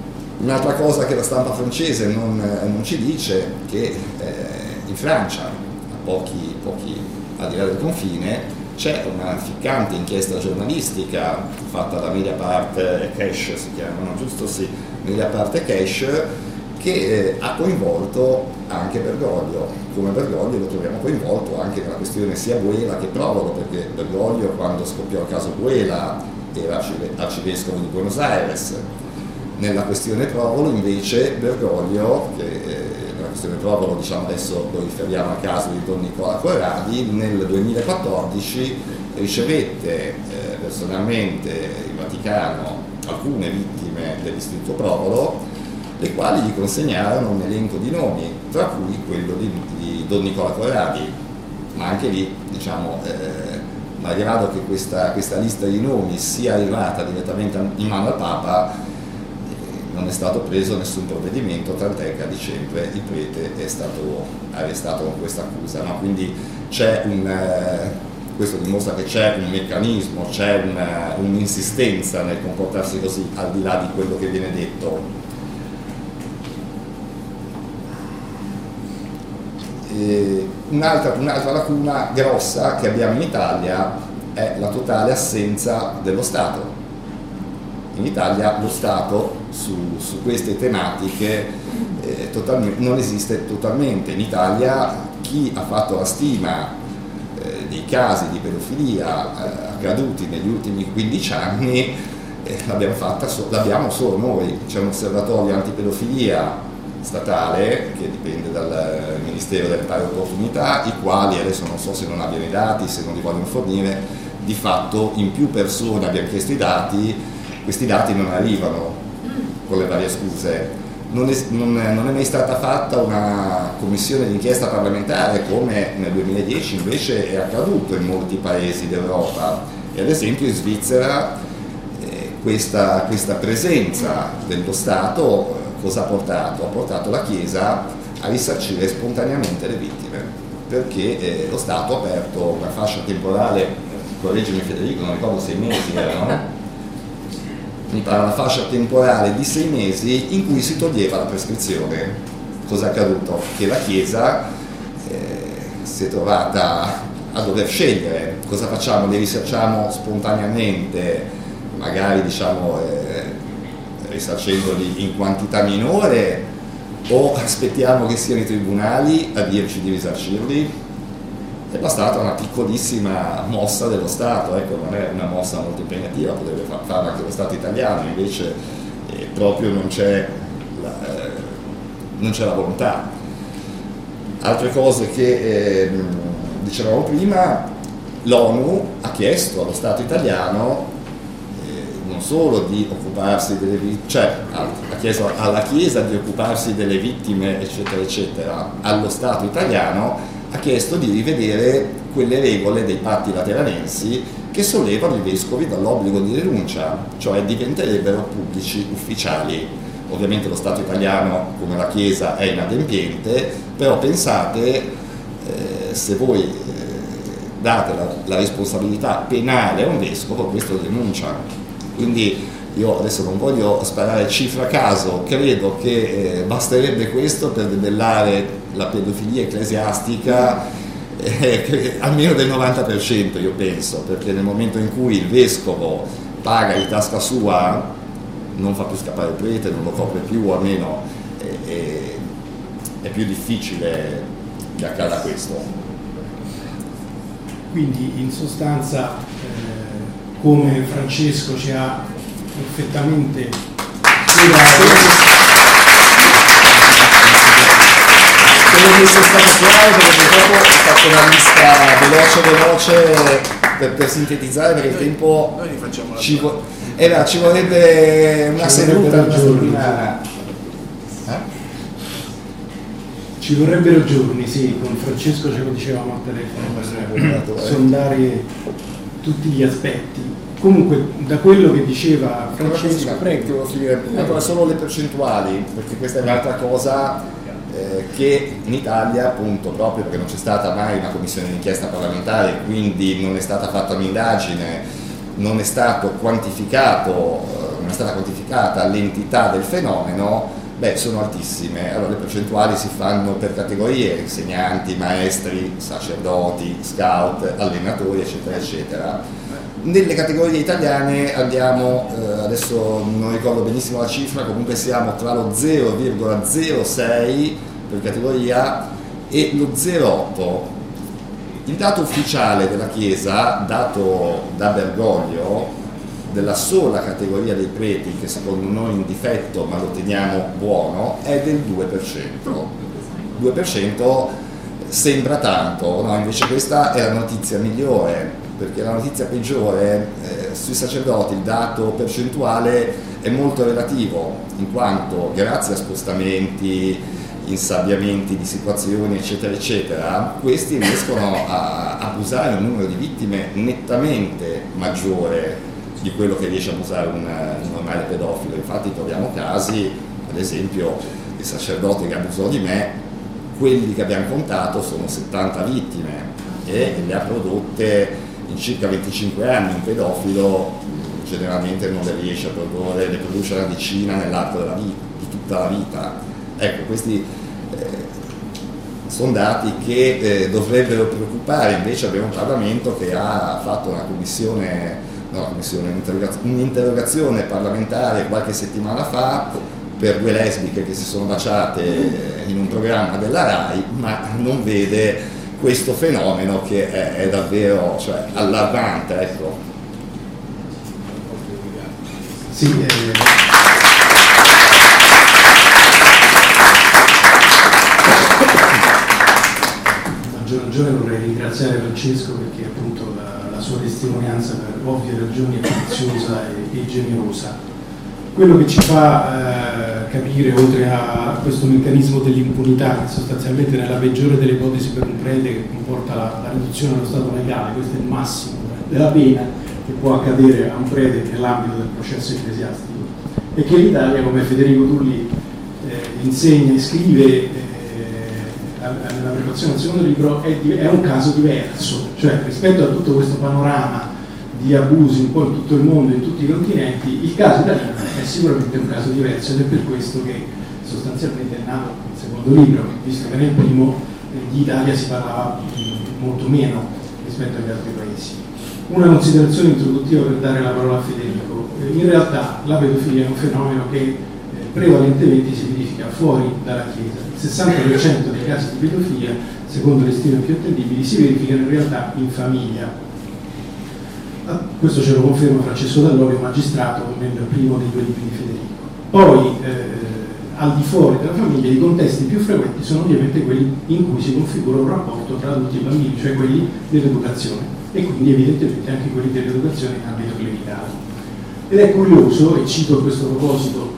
Speaker 2: Un'altra cosa che la stampa francese non ci dice è che in Francia, pochi al di là del confine, c'è una ficcante inchiesta giornalistica fatta da Mediapart e Cash, si chiamano, giusto? Sì, Mediapart e Cash, che ha coinvolto anche Bergoglio. Come Bergoglio lo troviamo coinvolto anche nella questione sia Buela che Provolo, perché Bergoglio, quando scoppiò il caso Buela, era arcivescovo di Buenos Aires. Nella questione Provolo invece Bergoglio, nella questione Provolo, diciamo, adesso lo riferiamo al caso di Don Nicola Corradi, nel 2014 ricevette personalmente il Vaticano alcune vittime dell'istituto Provolo, le quali gli consegnarono un elenco di nomi, tra cui quello di Don Nicola Corradi, ma anche lì, diciamo, malgrado che questa lista di nomi sia arrivata direttamente in mano al Papa, non è stato preso nessun provvedimento, tant'è che a dicembre il prete è stato arrestato con questa accusa, no? Quindi questo dimostra che c'è un meccanismo, c'è un'insistenza nel comportarsi così, al di là di quello che viene detto. Un'altra lacuna grossa che abbiamo in Italia è la totale assenza dello Stato. In Italia lo Stato su queste tematiche non esiste totalmente. In Italia chi ha fatto la stima dei casi di pedofilia accaduti negli ultimi 15 anni l'abbiamo solo noi. C'è un osservatorio antipedofilia statale che dipende dal Ministero delle Pari Opportunità, i quali adesso non so se non abbiano i dati, se non li vogliono fornire, di fatto in più persone abbiamo chiesto i dati, questi dati non arrivano con le varie scuse. Non è mai stata fatta una commissione d'inchiesta parlamentare come nel 2010 invece è accaduto in molti paesi d'Europa, e ad esempio in Svizzera questa presenza dello Stato cosa ha portato? Ha portato la Chiesa a risarcire spontaneamente le vittime, perché lo Stato ha aperto una fascia temporale, correggimi Federico, non ricordo 6 mesi erano, mi pare una fascia temporale di 6 mesi in cui si toglieva la prescrizione. Cosa è accaduto? Che la Chiesa si è trovata a dover scegliere: cosa facciamo? Li risarciamo spontaneamente, magari diciamo risarcendoli in quantità minore, o aspettiamo che siano i tribunali a dirci di risarcirli? È bastata una piccolissima mossa dello Stato, ecco, non è una mossa molto impegnativa, potrebbe farla anche lo Stato italiano, invece proprio non c'è la volontà. Altre cose che dicevamo prima, l'ONU ha chiesto allo Stato italiano non solo di occuparsi delle vittime, cioè ha chiesto alla Chiesa di occuparsi delle vittime, eccetera, eccetera, allo Stato italiano ha chiesto di rivedere quelle regole dei patti lateranensi che sollevano i vescovi dall'obbligo di denuncia, cioè diventerebbero pubblici ufficiali. Ovviamente lo Stato italiano, come la Chiesa, è inadempiente, però pensate, se voi date la responsabilità penale a un vescovo, questo denuncia. Quindi io adesso non voglio sparare cifra a caso, credo che basterebbe questo per debellare la pedofilia ecclesiastica, almeno del 90%, io penso, perché nel momento in cui il vescovo paga di tasca sua, non fa più scappare il prete, non lo copre più, o almeno è più difficile che accada questo.
Speaker 1: Quindi in sostanza, come Francesco ci ha perfettamente spiegato,
Speaker 2: spero che sia stato chiaro, perché purtroppo ho fatto una lista veloce per sintetizzare, perché il tempo ci vorrebbe una seduta una settimana.
Speaker 1: Ci vorrebbero giorni, sì, con Francesco ce lo dicevamo al telefono per sondare tutti gli aspetti. Comunque, da quello che diceva Francesco, prego.
Speaker 2: Solo le percentuali, perché questa è un'altra cosa che in Italia, appunto, proprio perché non c'è stata mai una commissione d'inchiesta parlamentare, quindi non è stata fatta un'indagine, non è stato quantificato è stata quantificata l'entità del fenomeno, sono altissime. Allora le percentuali si fanno per categorie: insegnanti, maestri, sacerdoti, scout, allenatori, eccetera eccetera. Nelle categorie italiane andiamo, adesso non ricordo benissimo la cifra, comunque siamo tra lo 0,06 per categoria e lo 0,8. Il dato ufficiale della Chiesa, dato da Bergoglio, della sola categoria dei preti, che secondo noi in difetto ma lo teniamo buono, è del 2%. 2% sembra tanto, no? Invece questa è la notizia migliore, perché la notizia peggiore sui sacerdoti il dato percentuale è molto relativo, in quanto grazie a spostamenti, insabbiamenti di situazioni eccetera eccetera, questi riescono a usare un numero di vittime nettamente maggiore di quello che riesce a usare un normale pedofilo. Infatti troviamo casi, ad esempio il sacerdote che abusò di me, quelli che abbiamo contato sono 70 vittime e le ha prodotte in circa 25 anni. Un pedofilo generalmente non le riesce a produrre, ne produce una decina nell'arco di tutta la vita. Ecco, questi sono dati che dovrebbero preoccupare. Invece abbiamo un Parlamento che ha fatto un'interrogazione parlamentare qualche settimana fa per due lesbiche che si sono baciate in un programma della RAI, ma non vede questo fenomeno che è davvero, cioè, allarmante, ecco.
Speaker 1: Sì, a maggior ragione vorrei ringraziare Francesco, perché appunto la sua testimonianza per ovvie ragioni è preziosa e generosa. Quello che ci fa capire, oltre a questo meccanismo dell'impunità, che sostanzialmente nella peggiore delle ipotesi per un prete che comporta la riduzione dello stato legale, questo è il massimo della pena che può accadere a un prete nell'ambito del processo ecclesiastico, e che l'Italia, come Federico Tulli insegna e scrive nella prefazione del secondo libro, è un caso diverso, cioè rispetto a tutto questo panorama di abusi un po' in tutto il mondo, in tutti i continenti, il caso italiano è sicuramente un caso diverso, ed è per questo che sostanzialmente è nato il secondo libro, visto che nel primo di Italia si parlava molto meno rispetto agli altri paesi. Una considerazione introduttiva per dare la parola a Federico: in realtà la pedofilia è un fenomeno che prevalentemente si verifica fuori dalla Chiesa. Il 60% dei casi di pedofilia, secondo le stime più attendibili, si verificano in realtà in famiglia. Questo ce lo conferma Francesco Dall'Olio, magistrato nel primo dei due libri di Federico. Poi, al di fuori della famiglia, i contesti più frequenti sono ovviamente quelli in cui si configura un rapporto tra adulti e bambini, cioè quelli dell'educazione, e quindi evidentemente anche quelli dell'educazione in ambito clericale. Ed è curioso, e cito a questo proposito,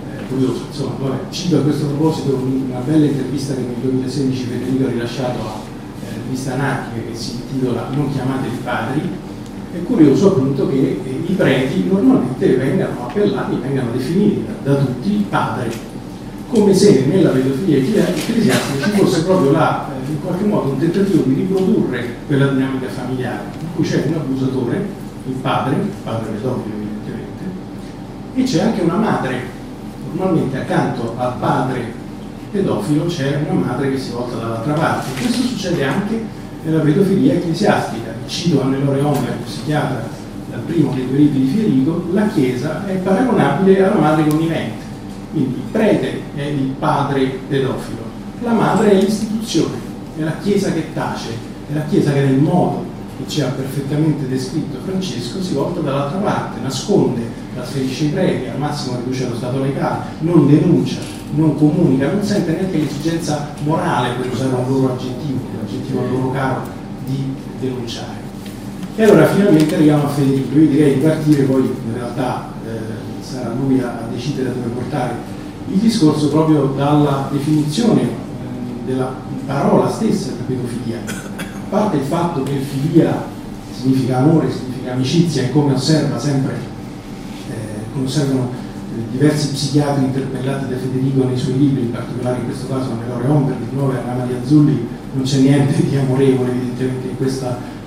Speaker 1: una bella intervista che nel 2016 Federico ha rilasciato a rivista Anarchica, che si intitola "Non chiamateli padri". È curioso appunto che i preti normalmente vengano appellati, vengano definiti da tutti padri, come se nella pedofilia ecclesiastica ci fosse proprio in qualche modo un tentativo di riprodurre quella dinamica familiare, in cui c'è un abusatore, il padre pedofilo evidentemente, e c'è anche una madre. Normalmente accanto al padre pedofilo c'è una madre che si volta dall'altra parte. Questo succede anche nella pedofilia ecclesiastica. Cito Annelore Homer, psichiatra, dal primo dei due libri di Federico: la Chiesa è paragonabile alla madre connivente. Quindi il prete è il padre pedofilo, la madre è l'istituzione, è la Chiesa che tace, è la Chiesa che nel modo che ci ha perfettamente descritto Francesco si volta dall'altra parte, nasconde, trasferisce i preti, al massimo riduce lo stato legale, non denuncia, non comunica, non sente neanche l'esigenza morale, per usare un loro aggettivo, l'aggettivo a loro caro, di denunciare. E allora finalmente arriviamo a Federico. Io direi di partire, poi in realtà sarà lui a decidere dove portare il discorso, proprio dalla definizione della parola stessa di pedofilia. A parte il fatto che filia significa amore, significa amicizia, e come osserva sempre, come osservano diversi psichiatri interpellati da Federico nei suoi libri, in particolare in questo caso Annelore Homer, di nuovo Anna Maria Azzulli, non c'è niente di amorevole evidentemente in questa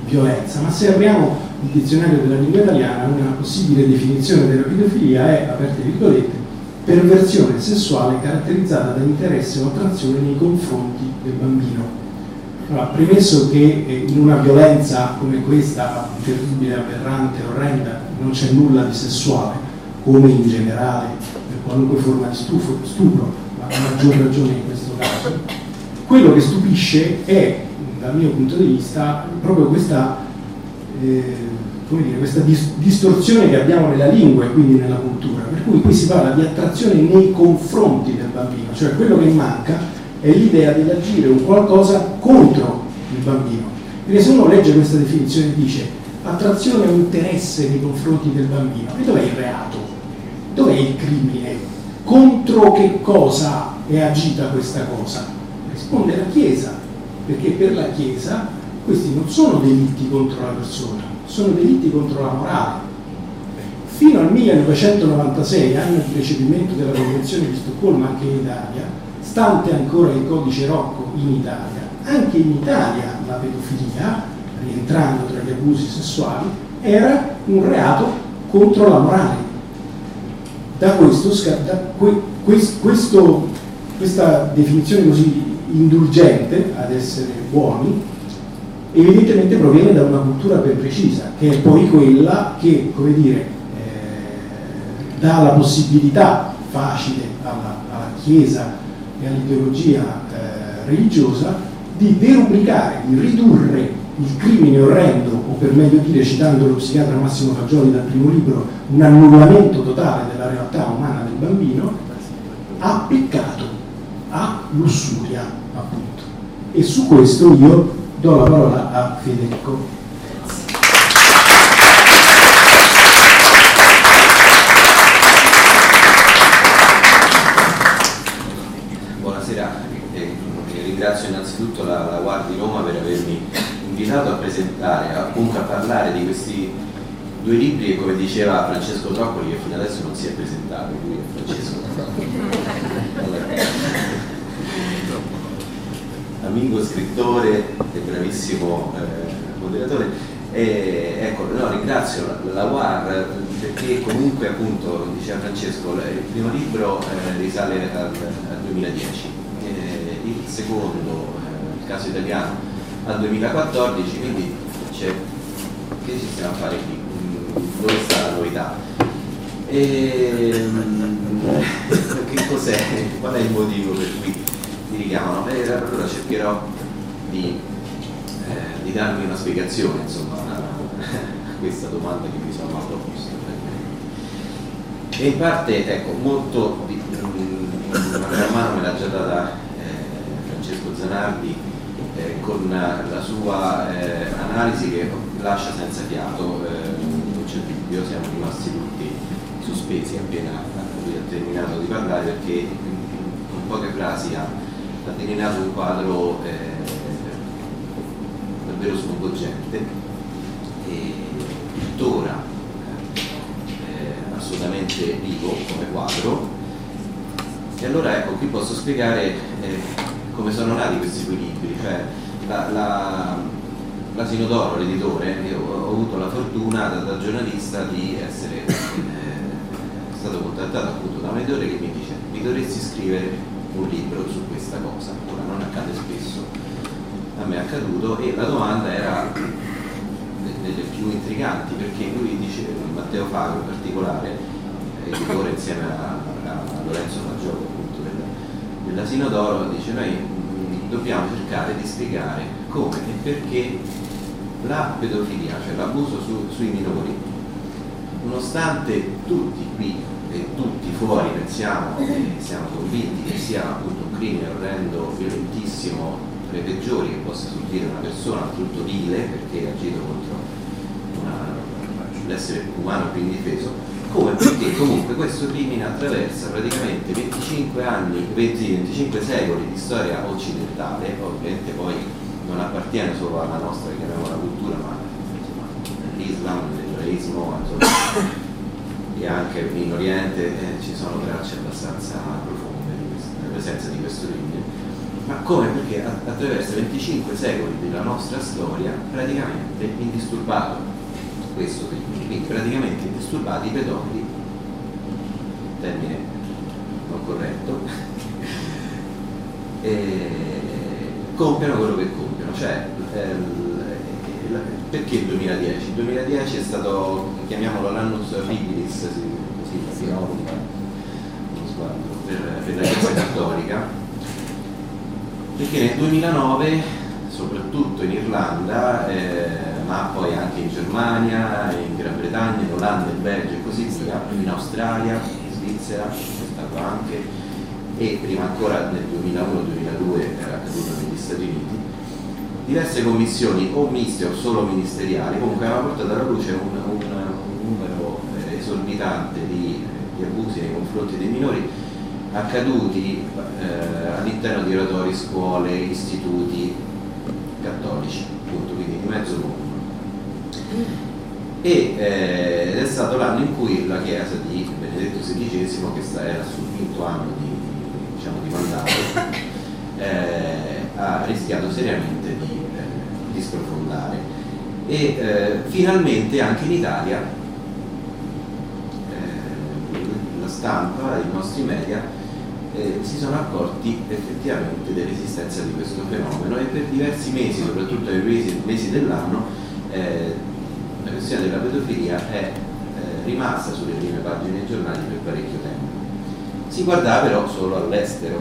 Speaker 1: violenza, ma se apriamo il dizionario della lingua italiana, una possibile definizione della pedofilia è, aperte virgolette, perversione sessuale caratterizzata da interesse o attrazione nei confronti del bambino. Allora, premesso che in una violenza come questa, terribile, aberrante, orrenda, non c'è nulla di sessuale, come in generale per qualunque forma di stupro, ma a maggior ragione in questo caso, quello che stupisce è, dal mio punto di vista, proprio questa, questa distorsione che abbiamo nella lingua e quindi nella cultura, per cui qui si parla di attrazione nei confronti del bambino, cioè quello che manca è l'idea di agire un qualcosa contro il bambino. Perché se uno legge questa definizione e dice attrazione o interesse nei confronti del bambino, e dov'è il reato? Dov'è il crimine? Contro che cosa è agita questa cosa? Risponde la Chiesa, perché per la Chiesa questi non sono delitti contro la persona, sono delitti contro la morale. Fino al 1996, anno di recepimento della Convenzione di Stoccolma anche in Italia, stante ancora il codice Rocco in Italia, anche in Italia la pedofilia, rientrando tra gli abusi sessuali, era un reato contro la morale. Da questa definizione così indulgente ad essere buoni, evidentemente proviene da una cultura ben precisa, che è poi quella che, come dire, dà la possibilità facile alla Chiesa e all'ideologia religiosa di derubricare, di ridurre il crimine orrendo, o per meglio dire, citando lo psichiatra Massimo Fagioli dal primo libro, un annullamento totale della realtà umana del bambino, a peccato, a lussuria, appunto. E su questo io do la parola a Federico.
Speaker 3: Ringrazio innanzitutto la Guardia di Roma per avermi invitato a presentare, appunto a parlare di questi due libri che, come diceva Francesco Troccoli, che fino adesso non si è presentato, lui è Francesco Troccoli. Amico scrittore e bravissimo moderatore. Ecco, no, ringrazio la UAR perché comunque, appunto, diceva Francesco, il primo libro risale al 2010. Il secondo, il caso italiano, al 2014, quindi che ci stiamo a fare qui? Dove sta la novità? Che cos'è? Qual è il motivo per cui mi richiamano? Allora cercherò di darmi una spiegazione, insomma, a questa domanda che mi sono proposto. E in parte, ecco, molto una gran mano me l'ha già data Francesco Zanardi con la sua analisi che lascia senza fiato, non c'è dubbio, siamo rimasti tutti sospesi appena lui ha terminato di parlare, perché con poche frasi ha delineato un quadro davvero sconvolgente e tuttora assolutamente vivo come quadro. E allora, ecco, qui posso spiegare come sono nati questi due libri, cioè l'Asino d'Oro, l'editore. Io ho avuto la fortuna da giornalista di essere stato contattato appunto da un editore che mi dice: mi dovresti scrivere un libro su questa cosa. Ora non accade spesso, a me è accaduto, e la domanda era delle più intriganti, perché lui dice, Matteo Fagro in particolare, editore insieme a Lorenzo Fagioli appunto dell'Asino d'Oro, dice: noi dobbiamo cercare di spiegare come e perché la pedofilia, cioè l'abuso sui minori, nonostante tutti qui e tutti fuori pensiamo e siamo convinti che sia appunto un crimine orrendo, violentissimo, tra i peggiori che possa subire una persona, tutto vile, perché ha agito contro l'essere umano più indifeso, come perché comunque questo crimine attraversa praticamente 25 secoli di storia occidentale. Ovviamente poi non appartiene solo alla nostra, chiamiamola, cultura, ma insomma, l'Islam, l'ebraismo, e anche in Oriente ci sono tracce abbastanza profonde della presenza di questo crimine. Ma come? Perché attraverso 25 secoli della nostra storia praticamente indisturbato questo crimine, quindi praticamente indisturbati i pedofili, termine non corretto, compiono quello che compiono, cioè perché il 2010? Il 2010 è stato, chiamiamolo l'annus horribilis, così si applica, non sbaglio, per la Chiesa Cattolica, perché nel 2009, soprattutto in Irlanda, ma poi anche in Germania, in Gran Bretagna, in Olanda, in Belgio e così via, in Australia, in Svizzera, c'è stato anche, e prima ancora nel 2001-2002 era accaduto negli Stati Uniti, diverse commissioni o miste o solo ministeriali comunque avevano portato alla luce un numero esorbitante di abusi nei confronti dei minori accaduti all'interno di oratori, scuole, istituti cattolici, appunto, quindi di mezzo mondo. Ed è stato l'anno in cui la Chiesa di Benedetto XVI, che era sul quinto anno di mandato, ha rischiato seriamente di sprofondare. E finalmente anche in Italia la stampa, i nostri media si sono accorti effettivamente dell'esistenza di questo fenomeno, e per diversi mesi, soprattutto nei primi mesi dell'anno, la questione della pedofilia è rimasta sulle prime pagine dei giornali per parecchio tempo. Si guardava però solo all'estero,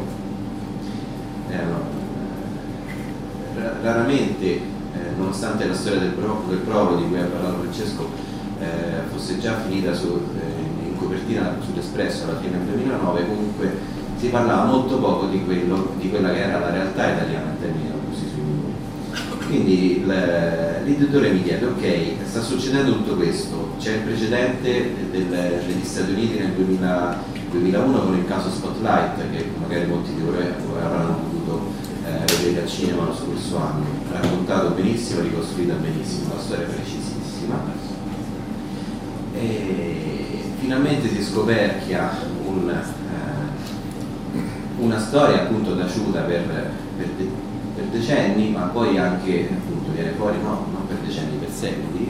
Speaker 3: raramente, nonostante la storia del Prolo di cui ha parlato Francesco fosse già finita in copertina sull'Espresso alla fine del 2009, comunque si parlava molto poco di quella che era la realtà italiana in termini di abusi sui minori. Quindi l'editore mi chiede: ok, sta succedendo tutto questo, c'è il precedente degli Stati Uniti nel 2001 con il caso Spotlight, che magari molti di voi avranno potuto vedere al cinema lo scorso anno, raccontato benissimo, ricostruita benissimo, la storia precisissima, e finalmente si scoperchia una storia appunto taciuta per decenni, ma poi anche appunto viene fuori non per decenni, per secoli,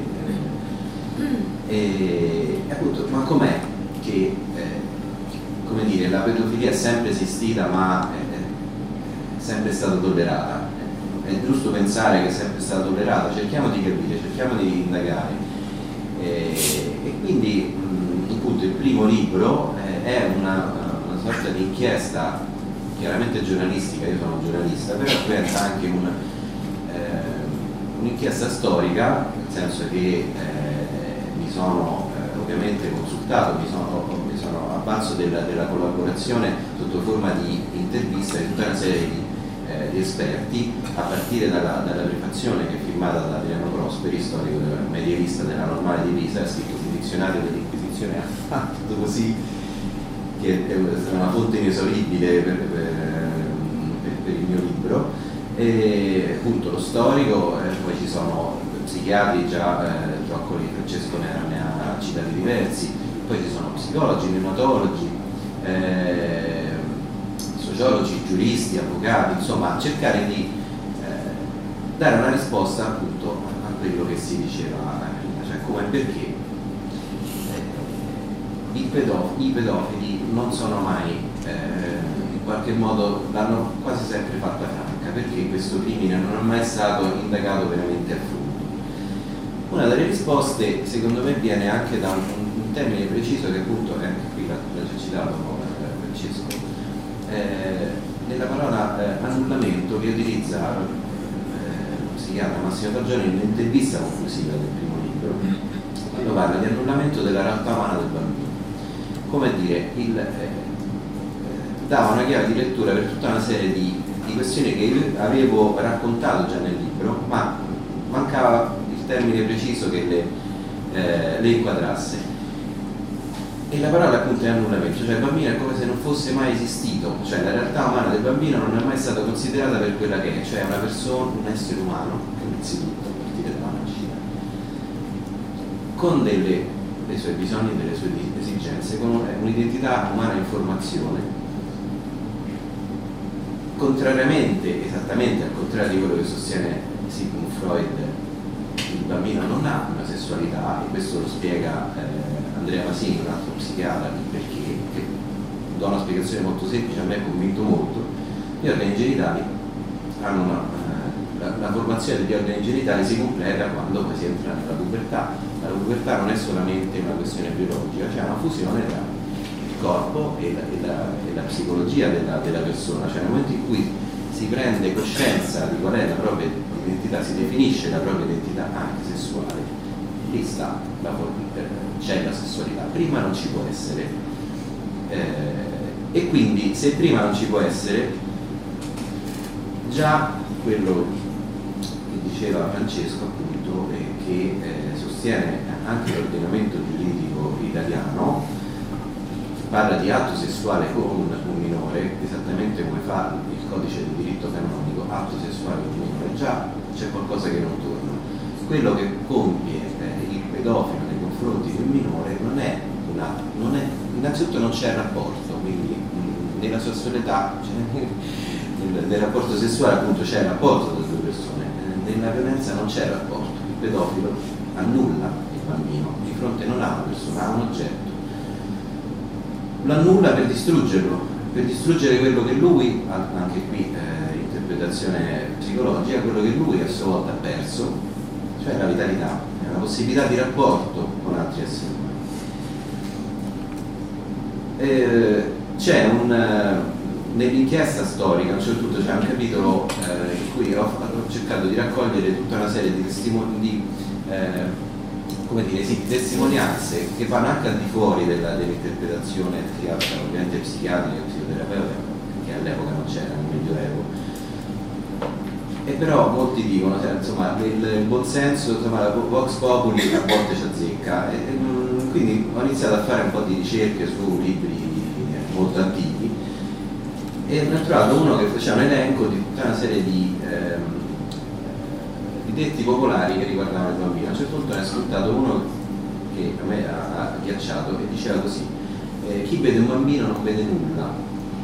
Speaker 3: e appunto, ma com'è che come dire, la pedofilia è sempre esistita ma è sempre stata tollerata? È giusto pensare che è sempre stata tollerata? Cerchiamo di capire, cerchiamo di indagare, e quindi appunto il primo libro è una sorta di inchiesta chiaramente giornalistica. Io sono un giornalista, però diventa anche un'inchiesta storica, nel senso che mi sono ovviamente consultato, mi sono avvalso della collaborazione sotto forma di intervista di tutta una serie di esperti, a partire dalla prefazione che è firmata da Adriano Prosperi, storico medievista della Normale di Pisa, ha scritto un dizionario dell'Inquisizione, ha fatto così, che è una fonte inesauribile per il mio libro, e appunto lo storico, poi ci sono psichiatri, già Zoccoli, Francesco ne ha citati diversi, poi ci sono psicologi, neonatologi, sociologi, giuristi, avvocati, insomma cercare di dare una risposta appunto a quello che si diceva prima, cioè come e perché i pedofili non sono mai, in qualche modo l'hanno quasi sempre fatta franca, perché questo crimine non è mai stato indagato veramente a fondo. Una delle risposte secondo me viene anche da un termine preciso che appunto è anche qui l'ha citato Francesco, nella parola annullamento che utilizza lo psichiatra Massimo Tagioni in un'intervista conclusiva del primo libro, quando parla di annullamento della realtà umana del bambino. Come dire, dava una chiave di lettura per tutta una serie di questioni che io avevo raccontato già nel libro, ma mancava il termine preciso che le inquadrasse. E la parola appunto è annullamento, cioè il bambino è come se non fosse mai esistito, cioè la realtà umana del bambino non è mai stata considerata per quella che è, cioè una persona, un essere umano, innanzitutto a partire dalla nascita, con dei suoi bisogni e delle sue esigenze, con un'identità umana in formazione, contrariamente, esattamente al contrario di quello che sostiene Sigmund Freud, il bambino non ha una sessualità, e questo lo spiega Andrea Masini, un altro psichiatra, perché che do una spiegazione molto semplice, a me ha convinto molto. Gli organi genitali hanno la formazione degli organi genitali si completa quando poi si entra nella pubertà. La pubertà non è solamente una questione biologica, c'è una fusione tra il corpo e la psicologia della persona, cioè nel momento in cui si prende coscienza di qual è la propria identità, si definisce la propria identità anche sessuale, lì sta c'è la sessualità, prima non ci può essere, e quindi se prima non ci può essere, già quello che diceva Francesco appunto, che sostiene anche l'ordinamento giuridico italiano, parla di atto sessuale con un minore, esattamente come fa il codice del diritto canonico, atto sessuale con un minore, già c'è qualcosa che non torna. Quello che compie il pedofilo nei confronti di un minore non è innanzitutto non c'è rapporto, quindi nella sessualità, nel rapporto sessuale appunto c'è il rapporto tra due persone, nella violenza non c'è rapporto, il pedofilo annulla il bambino, di fronte non ha una persona, ha un oggetto, lo annulla per distruggerlo, per distruggere quello che lui, anche qui interpretazione psicologica, quello che lui a sua volta ha perso, cioè la vitalità, la possibilità di rapporto con altri esseri umani. C'è nell'inchiesta storica a un certo punto c'è un capitolo in cui ho cercato di raccogliere tutta una serie di testimonianze che vanno anche al di fuori dell'interpretazione ovviamente psichiatrica e psicoterapeutica, che all'epoca non c'era nel Medioevo, e però molti dicono insomma il buon senso, insomma, la Vox Populi a volte ci azzecca, e quindi ho iniziato a fare un po' di ricerche su libri molto antichi e ne ho trovato uno che faceva un elenco di tutta una serie di detti popolari che riguardavano il bambino. A un certo punto ne ho ascoltato uno che a me ha ghiacciato, che diceva così: chi vede un bambino non vede nulla,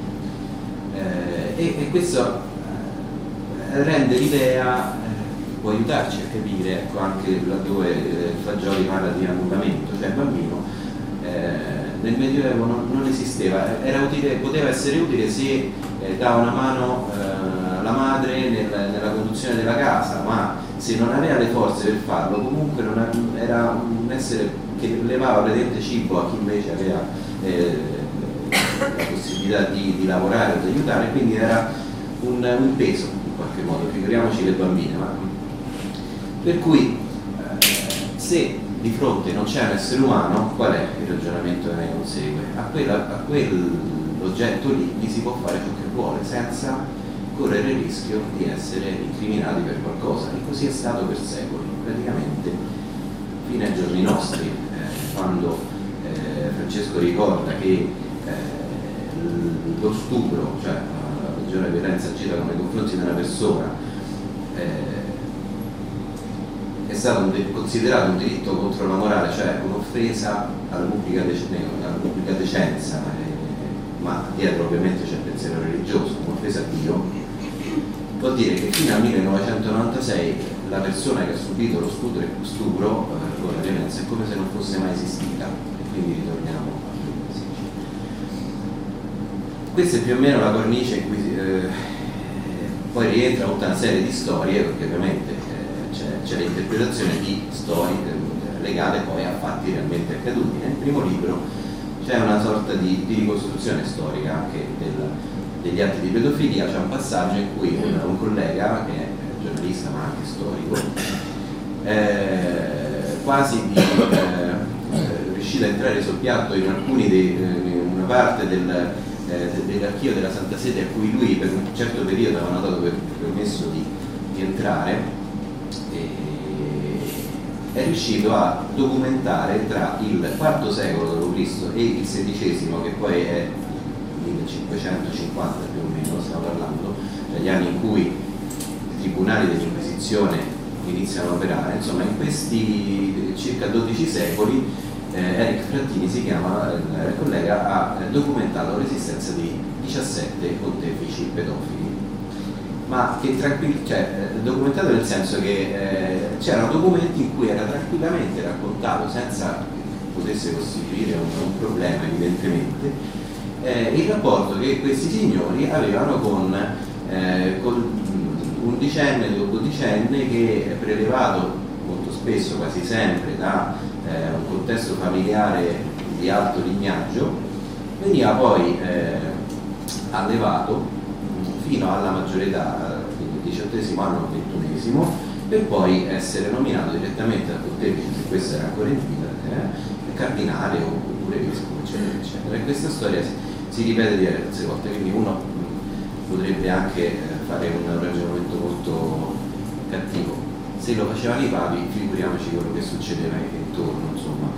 Speaker 3: e questo rende l'idea, può aiutarci a capire, ecco, anche laddove Fagioli parla di annullamento, cioè il bambino nel Medioevo non esisteva, era utile, poteva essere utile se dava una mano alla madre nella conduzione della casa, ma se non aveva le forze per farlo, comunque era un essere che levava praticamente cibo a chi invece aveva la possibilità di lavorare o di aiutare, quindi era un peso in qualche modo, figuriamoci le bambine. Per cui se di fronte non c'è un essere umano, qual è il ragionamento che ne consegue? A quell'oggetto lì gli si può fare ciò che vuole senza correre il rischio di essere incriminati per qualcosa, e così è stato per secoli, praticamente fino ai giorni nostri, quando Francesco ricorda che lo stupro, cioè la peggiore violenza agita nei confronti di una persona, è stato considerato un delitto contro la morale, cioè un'offesa alla pubblica decenza, ma dietro ovviamente c'è il pensiero religioso, un'offesa a Dio. Vuol dire che fino al 1996 la persona che ha subito lo stupro con la violenza è come se non fosse mai esistita, e quindi ritorniamo a quello che si dice. Questa è più o meno la cornice in cui poi rientra tutta una serie di storie, perché ovviamente c'è l'interpretazione di storie legate poi a fatti realmente accaduti. Nel primo libro c'è una sorta di ricostruzione storica anche degli atti di pedofilia. C'è un passaggio in cui un collega, che è giornalista ma anche storico, quasi riuscito a entrare sul piatto in una parte dell'archivio della Santa Sede a cui lui per un certo periodo aveva dato permesso di entrare, è riuscito a documentare tra il IV secolo d.C. e il XVI, che poi è 1550 più o meno, stiamo parlando, dagli anni in cui i tribunali dell'Inquisizione iniziano a operare. Insomma, in questi circa 12 secoli Eric Frattini, si chiama il collega, ha documentato l'esistenza di 17 pontefici pedofili. ma che documentato nel senso che c'erano documenti in cui era tranquillamente raccontato, senza che potesse costituire un problema evidentemente, il rapporto che questi signori avevano con undicenne o dodicenne che, prelevato molto spesso, quasi sempre, da un contesto familiare di alto lignaggio, veniva poi allevato fino alla maggiore età, quindi il 18° anno o il 21°, per poi essere nominato direttamente dal pontefice, se questo era ancora in vita, cardinale oppure vescovo, eccetera, eccetera. E questa storia si ripete diverse volte, quindi uno potrebbe anche fare un ragionamento molto cattivo. Se lo facevano i papi, figuriamoci quello che succedeva intorno, insomma.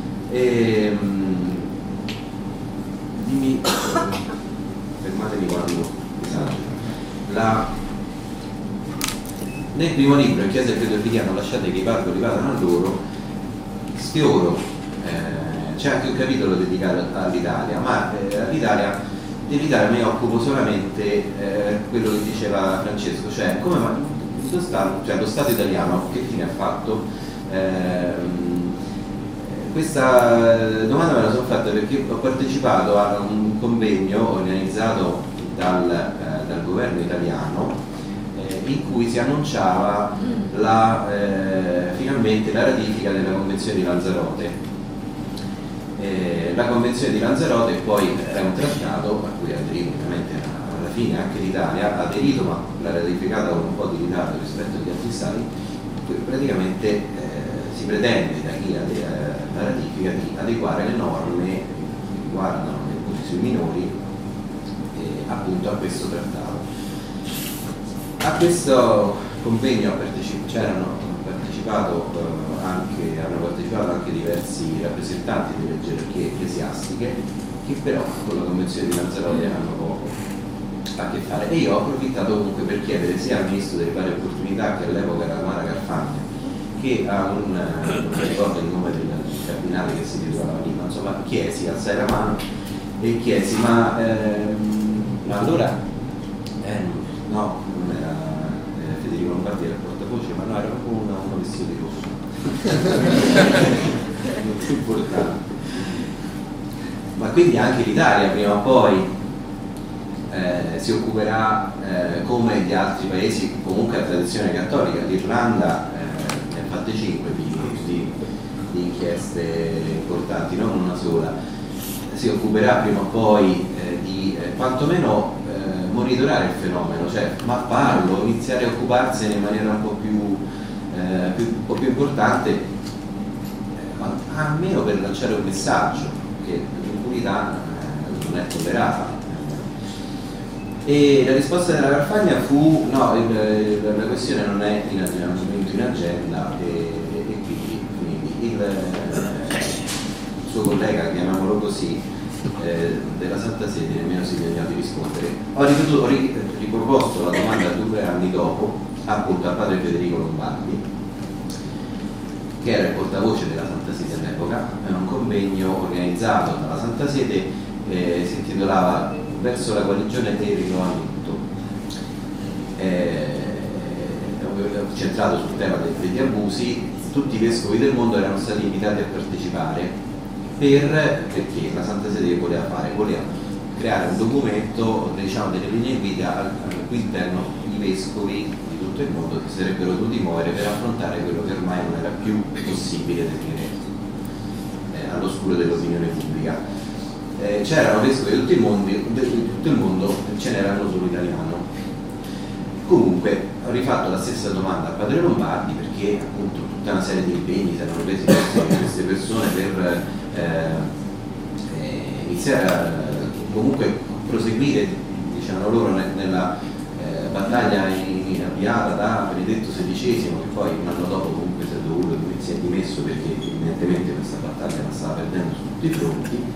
Speaker 3: Dimmi, fermatemi quando esagero. Nel primo libro, in Chiesa e Credo Cristiano, lasciate che i pargoli vadano a loro, sfioro, c'è anche un capitolo dedicato all'Italia, ma dell'Italia mi occupo solamente quello che diceva Francesco, cioè come lo Stato italiano che fine ha fatto? Questa domanda me la sono fatta perché ho partecipato a un convegno organizzato dal governo italiano in cui si annunciava finalmente la ratifica della Convenzione di Lanzarote. La Convenzione di Lanzarote poi è un trattato a cui ha aderito ovviamente alla fine anche l'Italia, ha aderito ma l'ha ratificata con un po' di ritardo rispetto agli altri stati, in cui praticamente si pretende da chi ha la ratifica di adeguare le norme che riguardano le abusi sui minori appunto a questo trattato. A questo convegno hanno partecipato anche diversi rappresentanti delle gerarchie ecclesiastiche che però con la Convenzione di Lanzarote hanno poco a che fare, e io ho approfittato comunque per chiedere sia al Ministro delle Pari Opportunità, che all'epoca era Mara Carfagna, che a non ricordo il nome del cardinale che si titolava lì, ma insomma chiesi, alzai la mano e chiesi ma allora no, non era Federico Lombardi, era il portavoce, ma no, era proprio uno vestito di rosso più importante. Ma quindi anche l'Italia prima o poi si occuperà come gli altri paesi comunque a tradizione cattolica. L'Irlanda ne ha fatte 5 di inchieste importanti, non una sola. Si occuperà prima o poi di quantomeno monitorare il fenomeno, cioè mapparlo, iniziare a occuparsene in maniera un po' più importante, almeno per lanciare un messaggio che l'impunità non è tollerata. E la risposta della Carfagna fu no, la questione non è in agenda e quindi il suo collega, chiamiamolo così, della Santa Sede nemmeno si degnò di rispondere. Ho riproposto la domanda 2 anni dopo appunto al padre Federico Lombardi, che era il portavoce della Santa Sede all'epoca, in un convegno organizzato dalla Santa Sede, si intitolava Verso la guarigione e il rinnovamento, centrato sul tema degli abusi. Tutti i vescovi del mondo erano stati invitati a partecipare perché la Santa Sede voleva creare un documento, diciamo, delle linee guida al cui interno i vescovi di tutto il mondo si sarebbero dovuti muovere per affrontare quello che ormai non era più possibile tenere all'oscuro dell'opinione pubblica. C'erano vescovi di tutto il mondo, ce n'erano solo italiano. Comunque ho rifatto la stessa domanda al padre Lombardi, perché appunto tutta una serie di impegni si erano presi queste persone per iniziare a comunque proseguire, diciamo loro, nella battaglia avviata da Benedetto XVI, che poi un anno dopo comunque si è dimesso perché evidentemente questa battaglia la stava perdendo su tutti i fronti.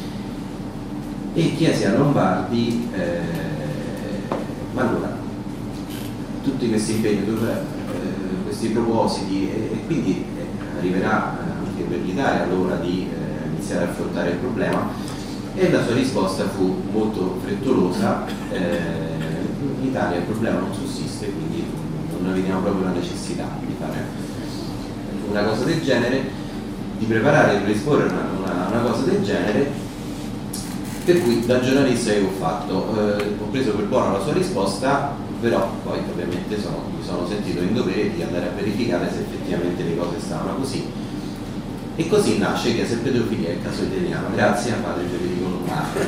Speaker 3: E chiesi a Lombardi ma allora tutti questi impegni, questi propositi, e quindi arriverà anche per l'Italia l'ora di iniziare a affrontare il problema. E la sua risposta fu molto frettolosa, in Italia il problema non sussiste, quindi non ne vediamo proprio la necessità di fare una cosa del genere, di preparare e predisporre una cosa del genere. Per cui da giornalista che ho fatto, ho preso per buona la sua risposta, però poi ovviamente mi sono sentito in dovere di andare a verificare se effettivamente le cose stavano così. E così nasce Chiesa e Pedofilia, il caso italiano, grazie a padre Federico Lombardi.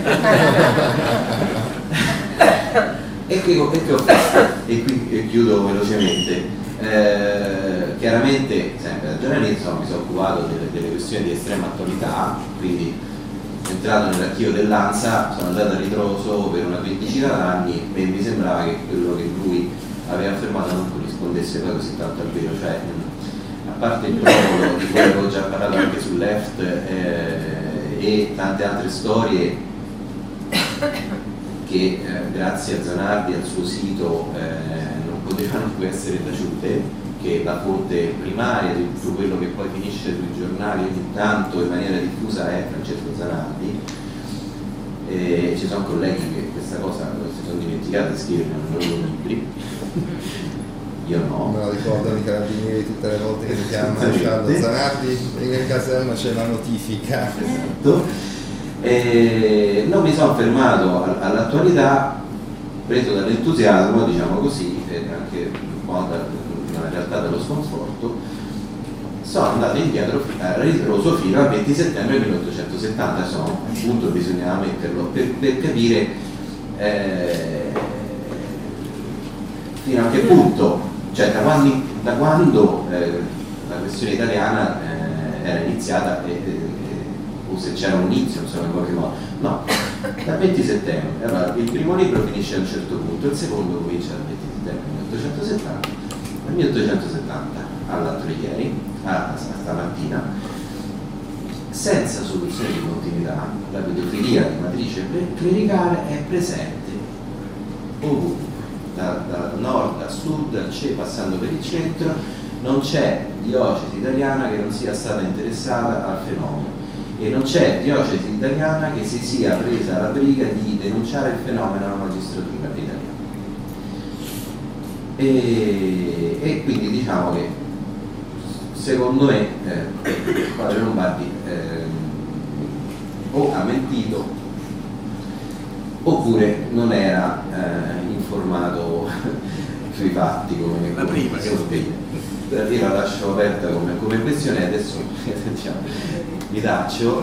Speaker 3: E che ho fatto? E qui chiudo velocemente. Chiaramente, sempre da giornalista, mi sono occupato delle questioni di estrema attualità, quindi entrato nell'archivio dell'ANSA, sono andato a ritroso per una quindicina d'anni e mi sembrava che quello che lui aveva affermato non corrispondesse poi così tanto al vero, cioè a parte il prologo di cui avevo già parlato anche sul Left e tante altre storie che grazie a Zanardi e al suo sito non potevano più essere taciute, che la fonte primaria di tutto quello che poi finisce sui giornali ogni tanto in maniera diffusa è Francesco Zanardi. Ci sono colleghi che questa cosa si sono dimenticati di scrivere nei loro libri, io no.
Speaker 2: Me lo ricordano i carabinieri tutte le volte che mi chiamano Carlo Zanardi, in caserma c'è la notifica.
Speaker 3: Esatto. Non mi sono fermato all'attualità, preso dall'entusiasmo, diciamo così, e anche un po' in realtà dallo sconforto, sono andato indietro a ritroso fino al 20 settembre 1870, insomma, appunto bisognava metterlo per capire fino a che punto, cioè da quando la questione italiana era iniziata o se c'era un inizio, insomma, in qualche modo. No, dal 20 settembre. Allora, il primo libro finisce a un certo punto, il secondo comincia dal 20 settembre 1870. Nel 1870, all'altro di ieri, stamattina, senza soluzione di continuità, la pedofilia di matrice clericale è presente ovunque, da nord a sud, passando per il centro. Non c'è diocesi italiana che non sia stata interessata al fenomeno e non c'è diocesi italiana che si sia presa la briga di denunciare il fenomeno alla magistratura italiana. E quindi diciamo che secondo me il padre Lombardi o ha mentito oppure non era informato sui fatti come la prima io la lascio aperta come questione. Adesso diciamo, vi taccio.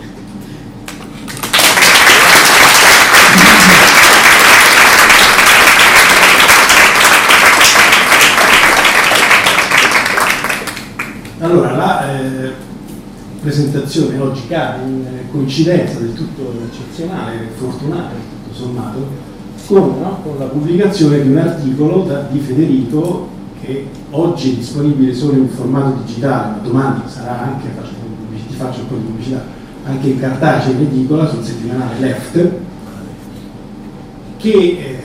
Speaker 1: Allora, la presentazione oggi cade in coincidenza del tutto eccezionale, fortunata tutto sommato, con la pubblicazione di un articolo di Federico che oggi è disponibile solo in formato digitale, ma domani sarà anche, ti faccio un po' di pubblicità, anche in cartaceo in edicola sul settimanale Left, che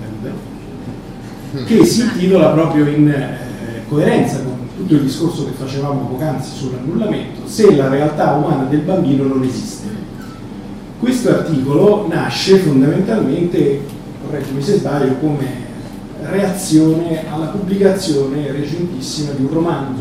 Speaker 1: si intitola proprio in coerenza con tutto il discorso che facevamo poc'anzi sull'annullamento: se la realtà umana del bambino non esiste. Questo articolo nasce fondamentalmente, correggimi se sbaglio, come reazione alla pubblicazione recentissima di un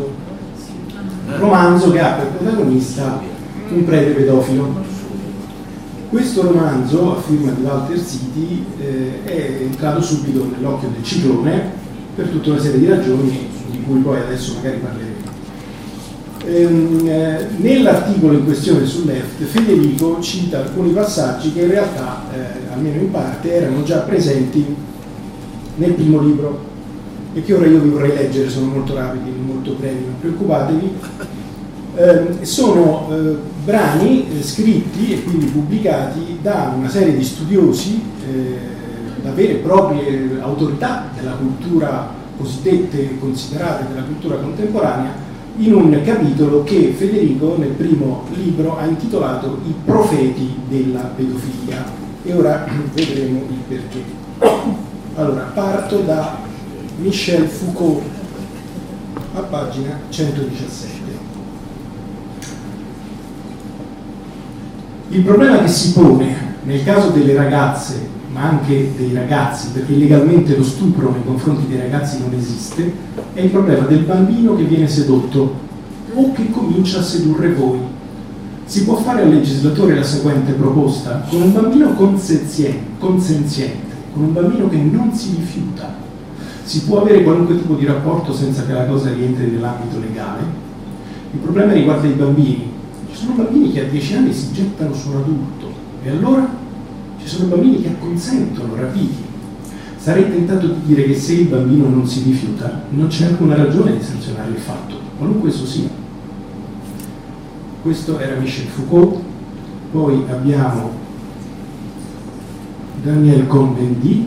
Speaker 1: romanzo che ha per protagonista un prete pedofilo. Questo romanzo, a firma di Walter Siti, è entrato subito nell'occhio del ciclone per tutta una serie di ragioni di cui poi adesso magari parleremo. Nell'articolo in questione sul Left, Federico cita alcuni passaggi che in realtà, almeno in parte, erano già presenti nel primo libro e che ora io vi vorrei leggere. Sono molto rapidi, molto brevi, non preoccupatevi. Sono brani scritti e quindi pubblicati da una serie di studiosi, da vere e proprie autorità della cultura, cosiddette considerate della cultura contemporanea, in un capitolo che Federico nel primo libro ha intitolato I profeti della pedofilia, e ora vedremo il perché. Allora, parto da Michel Foucault a pagina 117. Il problema che si pone nel caso delle ragazze ma anche dei ragazzi, perché legalmente lo stupro nei confronti dei ragazzi non esiste, è il problema del bambino che viene sedotto o che comincia a sedurre voi. Si può fare al legislatore la seguente proposta: con un bambino consenziente, con un bambino che non si rifiuta, si può avere qualunque tipo di rapporto senza che la cosa rientri nell'ambito legale. Il problema riguarda i bambini. Ci sono bambini che a 10 anni si gettano su un adulto, e allora ci sono bambini che acconsentono, rapiti. Sarei tentato di dire che se il bambino non si rifiuta, non c'è alcuna ragione di sanzionare il fatto, qualunque esso sia. Questo era Michel Foucault. Poi abbiamo Daniel Cohn-Bendit,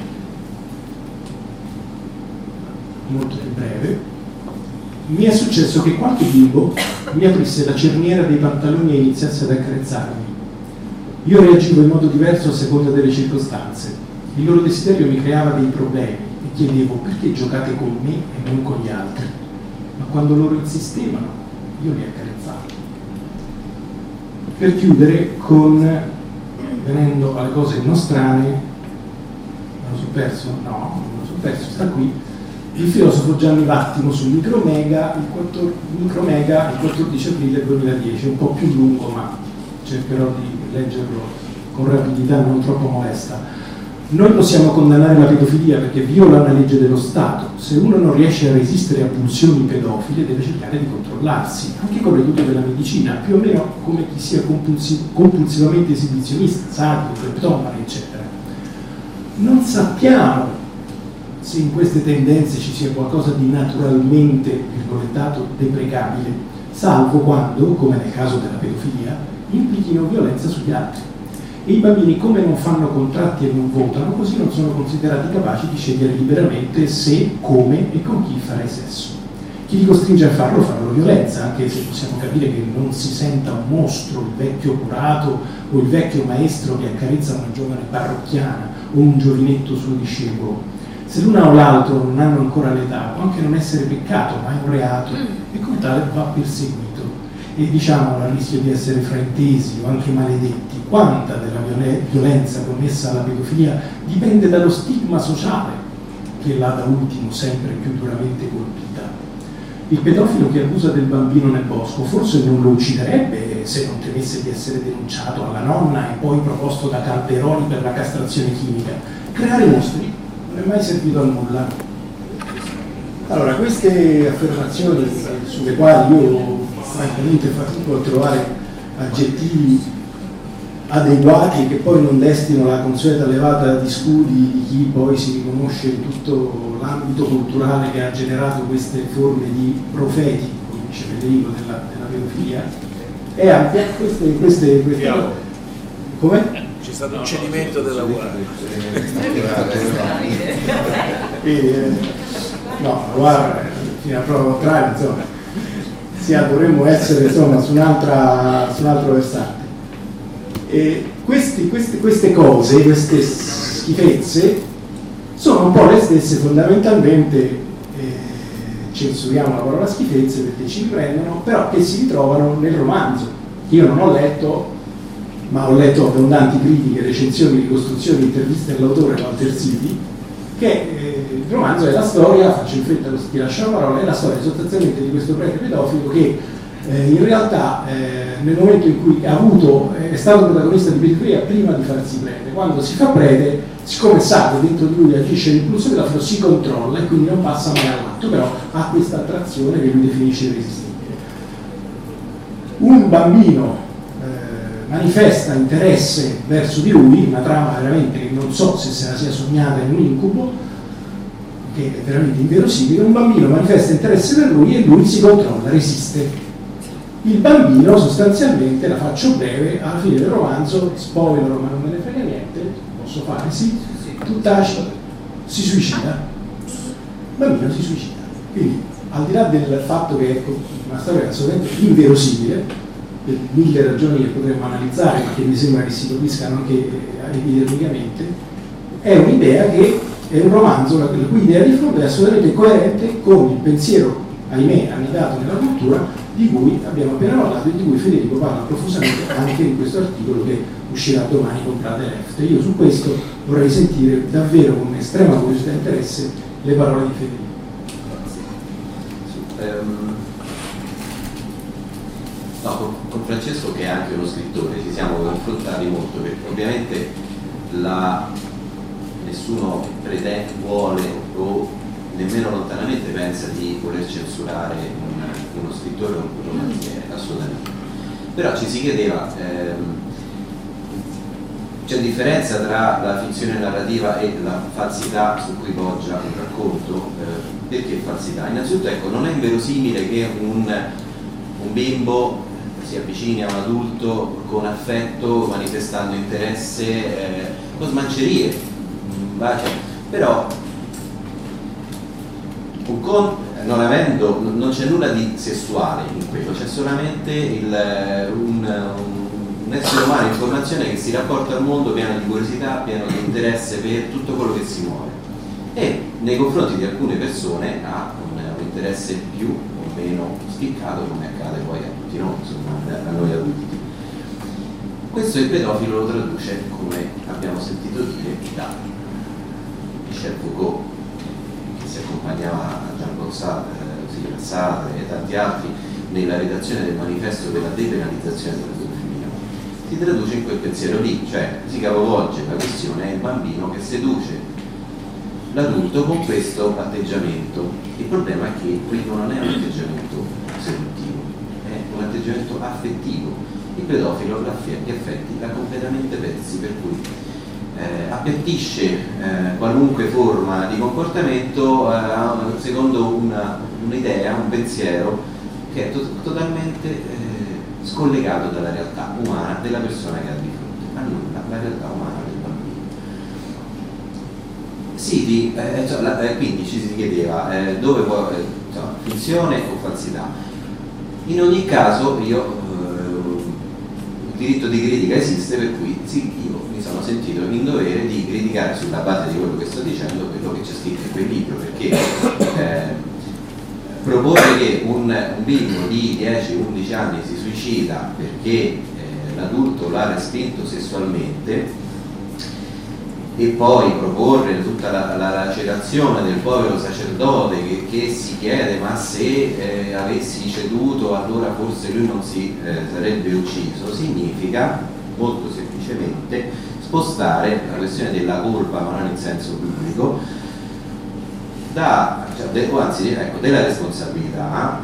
Speaker 1: molto più breve. Mi è successo che qualche bimbo mi aprisse la cerniera dei pantaloni e iniziasse ad accarezzarmi. Io reagivo in modo diverso a seconda delle circostanze. Il loro desiderio mi creava dei problemi e chiedevo: perché giocate con me e non con gli altri? Ma quando loro insistevano, io li accarezzavo. Per chiudere venendo alle cose nostrane, me lo sono perso? No, non me lo sono perso, sta qui. Il filosofo Gianni Vattimo sul micromega il 14 aprile 2010, un po' più lungo, ma cercherò di leggerlo con rapidità non troppo molesta. Noi possiamo condannare la pedofilia perché viola una legge dello Stato. Se uno non riesce a resistere a pulsioni pedofile deve cercare di controllarsi, anche con l'aiuto della medicina, più o meno come chi sia compulsivamente esibizionista, sadico, cleptomane, eccetera. Non sappiamo se in queste tendenze ci sia qualcosa di naturalmente, virgolettato, deprecabile, salvo quando, come nel caso della pedofilia, implichino violenza sugli altri. E i bambini, come non fanno contratti e non votano, così non sono considerati capaci di scegliere liberamente se, come e con chi fare sesso. Chi li costringe a farlo fa loro violenza, anche se possiamo capire che non si senta un mostro, il vecchio curato o il vecchio maestro che accarezza una giovane parrocchiana o un giovinetto suo discepolo. Se l'una o l'altro non hanno ancora l'età, può anche non essere peccato, ma è un reato, e come tale va perseguito. E diciamo a rischio di essere fraintesi o anche maledetti, quanta della violenza connessa alla pedofilia dipende dallo stigma sociale che l'ha da ultimo sempre più duramente colpita. Il pedofilo che abusa del bambino nel bosco forse non lo ucciderebbe se non temesse di essere denunciato alla nonna e poi proposto da Calderoni per la castrazione chimica. Creare mostri non è mai servito a nulla. Allora, queste affermazioni sulle quali io francamente fatico a trovare aggettivi adeguati che poi non destino la consueta levata di scudi di chi poi si riconosce in tutto l'ambito culturale che ha generato queste forme di profeti, come dice Federico, della pedofilia, è ampia. Queste come?
Speaker 4: C'è stato un cedimento della guardia.
Speaker 1: No, la guardia fino a prova contraria, insomma, dovremmo essere insomma su un altro versante. E queste cose, queste schifezze sono un po' le stesse fondamentalmente, censuriamo la parola schifezze perché ci riprendono, però che si ritrovano nel romanzo. Io non ho letto, ma ho letto abbondanti critiche, recensioni, ricostruzioni, interviste all'autore Walter Siti, che il romanzo è la storia, faccio in fretta così ti lascio la parola, è la storia sostanzialmente di questo prete pedofilo che in realtà nel momento in cui è stato protagonista di pedofilia prima di farsi prete, quando si fa prete, siccome sa che dentro di lui agisce l'impulso pedofilo, si controlla e quindi non passa mai all'atto, però ha questa attrazione che lui definisce irresistibile. Un bambino manifesta interesse verso di lui, una trama veramente che non so se la sia sognata in un incubo, che è veramente inverosimile. Un bambino manifesta interesse per lui e lui si controlla, resiste. Il bambino sostanzialmente, la faccio breve, alla fine del romanzo, spoiler ma non me ne frega niente, posso fare, sì, tu taci, si suicida. Il bambino si suicida. Quindi, al di là del fatto che è una storia assolutamente inverosimile, per 1000 ragioni che potremmo analizzare, ma che mi sembra che si capiscano anche epidermicamente, è un'idea che è un romanzo la cui idea di fondo è assolutamente coerente con il pensiero, ahimè, annidato nella cultura, di cui abbiamo appena parlato e di cui Federico parla profusamente anche in questo articolo che uscirà domani con Prada e Left. Io su questo vorrei sentire davvero con estrema curiosità e interesse le parole di Federico.
Speaker 3: No, con Francesco, che è anche uno scrittore, ci siamo confrontati molto, perché ovviamente nessuno vuole o nemmeno lontanamente pensa di voler censurare uno scrittore o un romanziere, assolutamente. Però ci si chiedeva, c'è differenza tra la finzione narrativa e la falsità su cui poggia un racconto? Perché falsità? Innanzitutto, ecco, non è inverosimile che un bimbo si avvicini a un adulto con affetto, manifestando interesse, con smancerie, però non c'è nulla di sessuale in quello, c'è solamente un essere umano in formazione che si rapporta al mondo pieno di curiosità, pieno di interesse per tutto quello che si muove, e nei confronti di alcune persone ha un interesse più o meno spiccato, come accade poi a tutti noi, insomma, a noi adulti. Questo il pedofilo lo traduce, come abbiamo sentito dire, da Michel Foucault, che si accompagnava a Jean-Paul Sartre e tanti altri nella redazione del manifesto per la depenalizzazione della pedofilia. Si traduce in quel pensiero lì, cioè si capovolge la questione, è il bambino che seduce l'adulto con questo atteggiamento. Il problema è che quello non è un atteggiamento seduttivo, è un atteggiamento affettivo. Il pedofilo gli affetti l'ha completamente persi, per cui appettisce qualunque forma di comportamento secondo un'idea, un pensiero che è totalmente scollegato dalla realtà umana della persona che ha di fronte, annulla la realtà umana del bambino. Quindi ci si chiedeva dove può finzione o falsità. In ogni caso il diritto di critica esiste, per cui io mi sono sentito in dovere di criticare sulla base di quello che sto dicendo quello che c'è scritto in quel libro, perché proporre che un bimbo di 10-11 anni si suicida perché l'adulto l'ha respinto sessualmente, e poi proporre tutta la lacerazione del povero sacerdote che si chiede ma se avessi ceduto allora forse lui non si sarebbe ucciso, significa molto semplicemente spostare la questione della colpa, ma non in senso pubblico, della responsabilità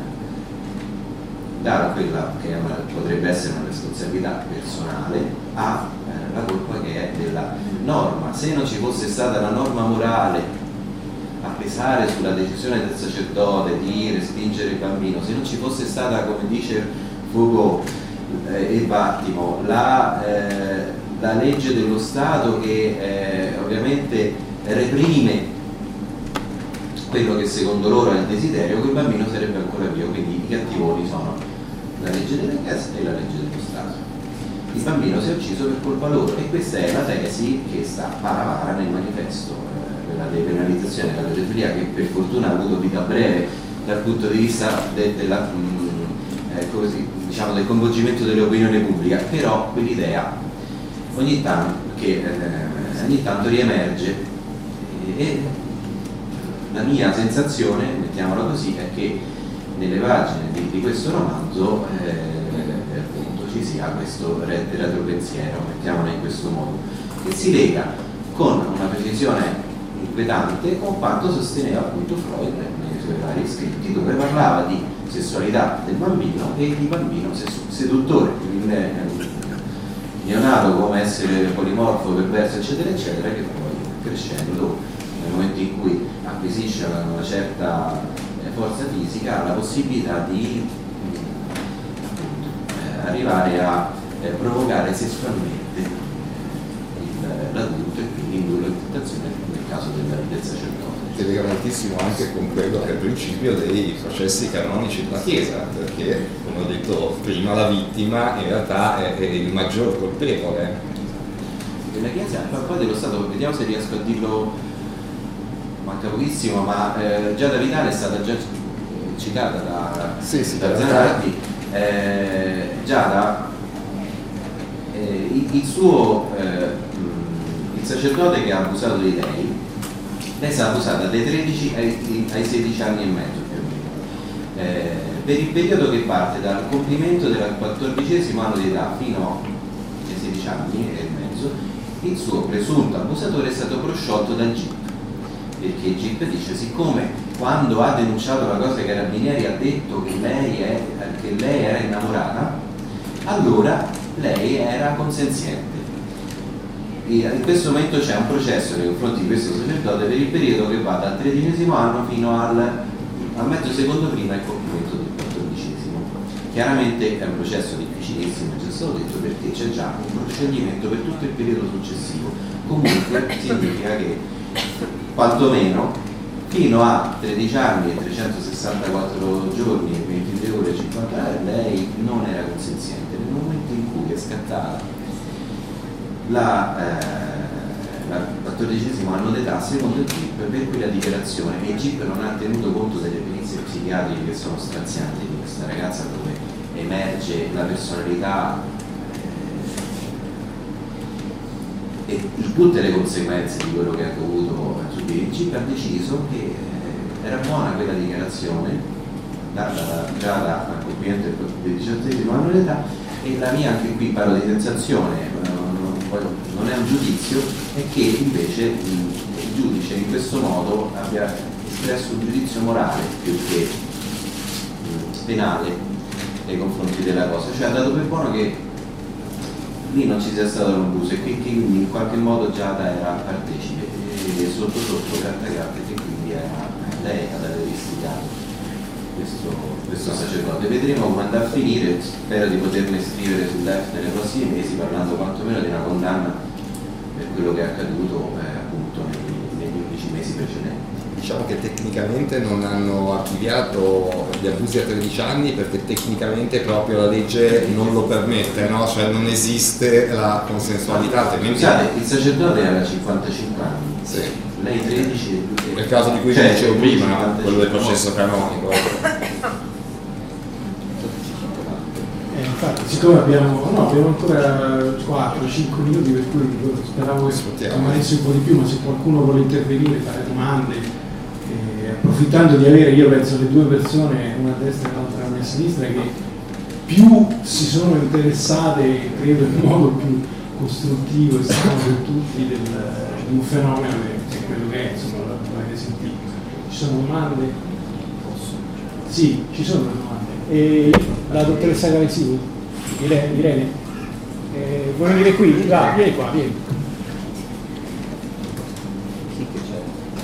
Speaker 3: da quella che potrebbe essere una responsabilità personale a la colpa che è della norma. Se non ci fosse stata la norma morale a pesare sulla decisione del sacerdote di respingere il bambino, se non ci fosse stata, come dice Foucault e Vattimo, la legge dello Stato che ovviamente reprime quello che secondo loro è il desiderio, quel bambino sarebbe ancora vivo. Quindi i cattivoni sono la legge della Chiesa e la legge dello Stato. Il bambino si è ucciso per colpa loro, e questa è la tesi che sta paravara nel manifesto della depenalizzazione della pedofilia, che per fortuna ha avuto vita breve dal punto di vista del coinvolgimento dell'opinione pubblica, però quell'idea ogni tanto riemerge, e la mia sensazione, mettiamola così, è che nelle pagine di questo romanzo appunto ci sia questo retropensiero, mettiamola in questo modo, che si lega con una precisione inquietante con quanto sosteneva appunto Freud nei suoi vari scritti, dove parlava di sessualità del bambino e di bambino seduttore, quindi neonato come essere polimorfo, perverso, eccetera eccetera, che poi crescendo, nel momento in cui acquisisce una certa forza fisica, ha la possibilità di arrivare a provocare sessualmente l'adulto, e quindi indurlo in tentazione nel caso del sacerdote.
Speaker 2: Che lega moltissimo anche con quello che è il principio dei processi canonici della Chiesa, perché, come ho detto prima, la vittima in realtà è il maggior colpevole.
Speaker 3: La Chiesa, poi dello Stato, vediamo se riesco a dirlo, manca pochissimo, ma già da Vitale è stata già citata da
Speaker 2: Zanardi.
Speaker 3: Giada, il sacerdote che ha abusato di lei è stata abusata dai 13 ai 16 anni e mezzo più o meno, per il periodo che parte dal compimento del 14° anno di età fino ai 16 anni e mezzo. Il suo presunto abusatore è stato prosciolto dal GIP, perché il GIP dice: siccome quando ha denunciato la cosa ai carabinieri ha detto che lei era innamorata, allora lei era consenziente. In questo momento c'è un processo nei confronti di questo sacerdote per il periodo che va dal 13° anno fino al mezzo secondo prima il compimento del 14°. Chiaramente è un processo difficilissimo, è già stato detto, perché c'è già un procedimento per tutto il periodo successivo. Comunque significa che quantomeno fino a 13 anni e 364 giorni e 23 ore e 50 ore lei non era consenziente. Nel momento in cui è scattata il 14° anno d'età, secondo il GIP, per cui la dichiarazione, e il GIP non ha tenuto conto delle perizie psichiatriche che sono strazianti di questa ragazza, dove emerge la personalità e tutte le conseguenze di quello che ha dovuto subire. Il GIP ha deciso che era buona quella dichiarazione data già dal compimento del 18° anno d'età, e la mia, anche qui parlo di sensazione, non è un giudizio, è che invece il giudice in questo modo abbia espresso un giudizio morale più che penale nei confronti della cosa, cioè ha dato per buono che lì non ci sia stato l'abuso e quindi in qualche modo Giada era partecipe e sotto carta che quindi era lei ad aver istigato questo sacerdote. Vedremo come andrà a finire, spero di poterne scrivere sull'EF nei prossimi mesi, parlando quantomeno di una condanna per quello che è accaduto appunto negli 11 mesi precedenti.
Speaker 2: Diciamo che tecnicamente non hanno archiviato gli abusi a 13 anni perché tecnicamente proprio la legge non lo permette, no? Cioè non esiste la consensualità.
Speaker 3: Scusate, il sacerdote aveva 55 anni,
Speaker 2: sì.
Speaker 3: Lei 13.
Speaker 2: Nel caso di cui vi dicevo prima, quello del processo canonico.
Speaker 1: Infatti, siccome abbiamo ancora 4-5 minuti, per cui speravo che rimanesse un po' di più, ma se qualcuno vuole intervenire, fare domande, approfittando di avere, io penso, le due persone, una a destra e l'altra a mia sinistra, che più si sono interessate, credo in modo più costruttivo e sano per tutti di un fenomeno che è quello che è, insomma, l'avete sentito. Ci sono domande? Sì, ci sono domande. La dottoressa Cavesini, Irene, vuoi venire qui? Va, vieni qua, vieni.
Speaker 3: Sì, che c'è.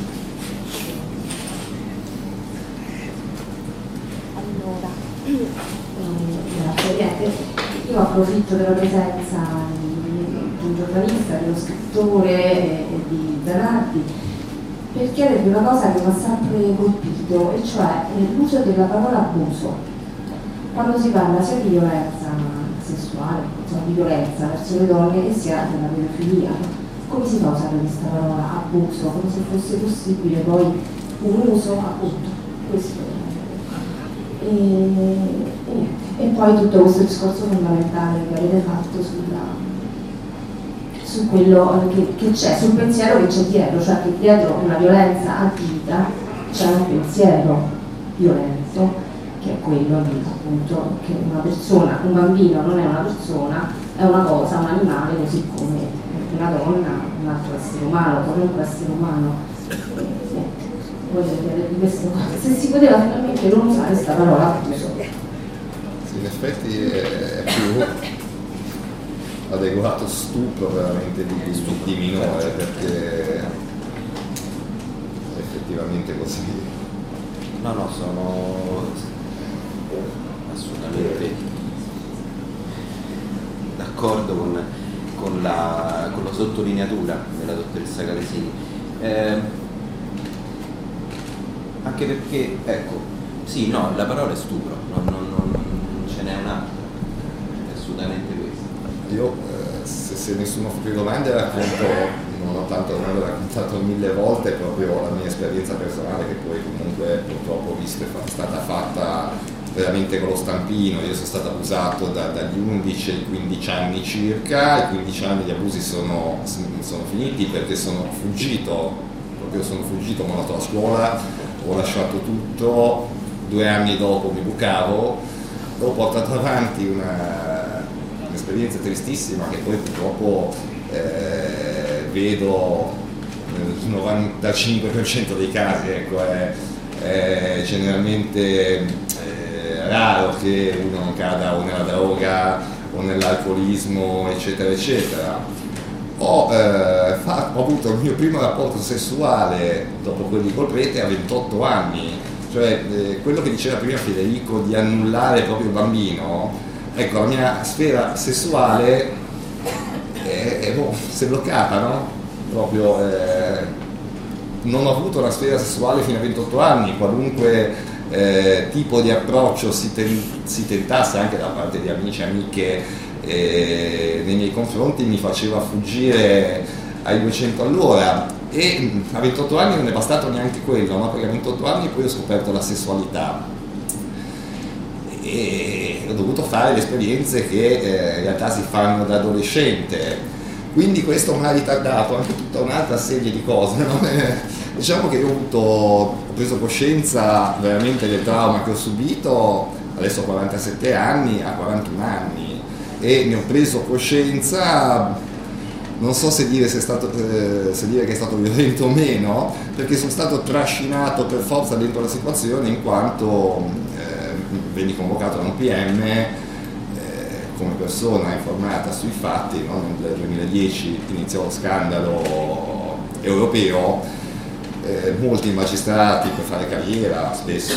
Speaker 5: Allora, io approfitto della presenza di un giornalista, dello scrittore e di Zanardi per chiedervi una cosa che mi ha sempre colpito, e cioè l'uso della parola abuso. Quando si parla sia di violenza sessuale, insomma di violenza verso le donne, e sia della pedofilia, come si fa a usare questa parola abuso? Come se fosse possibile poi un uso, appunto, questo. E poi tutto questo discorso fondamentale che avete fatto su quello che c'è, sul pensiero che c'è dietro, cioè che dietro una violenza adibita c'è un pensiero violento, che è quello di, appunto, che una persona, un bambino non è una persona, è una cosa, un animale, così come una donna, un altro essere umano, qualunque essere umano. Voglio dire di queste cose, se si poteva finalmente non usare questa parola abuso.
Speaker 2: Sì, in effetti è più adeguato stupro veramente di minore, perché è effettivamente così.
Speaker 3: No, sono assolutamente d'accordo con la sottolineatura della dottoressa Cavesini, anche perché, ecco, sì, no, la parola è stupro, non ce n'è un'altra, è assolutamente questa.
Speaker 2: Io, se nessuno fa più domande, racconto, non l'ho raccontato 1000 volte, proprio la mia esperienza un'esperienza personale che poi comunque purtroppo ho visto è stata fatta veramente con lo stampino. Io sono stato abusato dagli 11 ai 15 anni circa, i 15 anni di abusi sono finiti perché sono fuggito, mi ho andato a scuola, ho lasciato tutto, 2 anni dopo mi bucavo, ho portato avanti un'esperienza tristissima che poi purtroppo vedo nel 95% dei casi, ecco, è generalmente raro che uno non cada o nella droga o nell'alcolismo, eccetera eccetera. Ho avuto il mio primo rapporto sessuale dopo quelli col prete a 28 anni, cioè quello che diceva prima Federico di annullare proprio il bambino, ecco, la mia sfera sessuale si è bloccata, no? Proprio non ho avuto una sfera sessuale fino a 28 anni, qualunque tipo di approccio si tentasse anche da parte di amici e amiche nei miei confronti mi faceva fuggire ai 200 all'ora, e a 28 anni non è bastato neanche quello, no? Perché a 28 anni poi ho scoperto la sessualità e ho dovuto fare le esperienze che in realtà si fanno da adolescente, quindi questo mi ha ritardato anche tutta un'altra serie di cose, no? Diciamo che io ho preso coscienza veramente del trauma che ho subito, adesso ho 47 anni, a 41 anni, e ne ho preso coscienza, non so se dire che è stato violento o meno, perché sono stato trascinato per forza dentro la situazione, in quanto venni convocato da un PM come persona informata sui fatti, no? Nel 2010 iniziò lo scandalo europeo. Molti magistrati per fare carriera spesso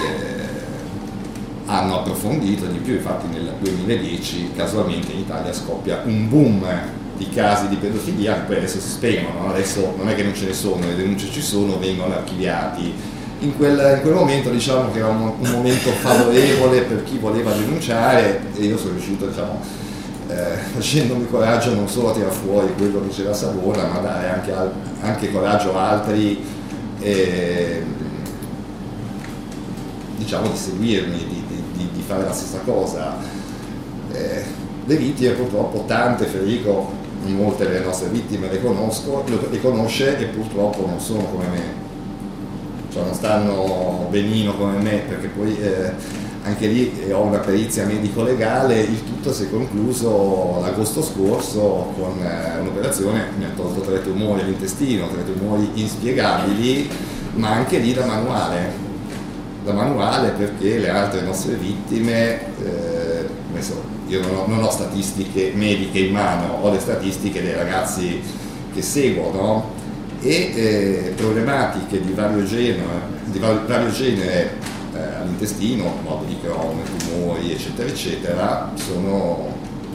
Speaker 2: hanno approfondito di più, infatti nel 2010 casualmente in Italia scoppia un boom di casi di pedofilia che poi adesso si spengono, adesso non è che non ce ne sono, le denunce ci sono, vengono archiviati. In quel momento diciamo che era un momento favorevole per chi voleva denunciare, e io sono riuscito, diciamo, facendomi coraggio non solo a tirare fuori quello che c'era a Savona, ma a dare anche coraggio a altri, diciamo, di seguirmi, di fare la stessa cosa. Le vittime purtroppo tante, Federico molte delle nostre vittime le conosce e purtroppo non sono come me, cioè non stanno benino come me, perché poi anche lì ho una perizia medico-legale, il tutto si è concluso l'agosto scorso con un'operazione, mi ha tolto 3 tumori all'intestino, 3 tumori inspiegabili, ma anche lì da manuale perché le altre nostre vittime, io non ho statistiche mediche in mano, ho le statistiche dei ragazzi che seguo, no? E problematiche di vario genere all'intestino, modo di Crohn, tumori, eccetera eccetera, sono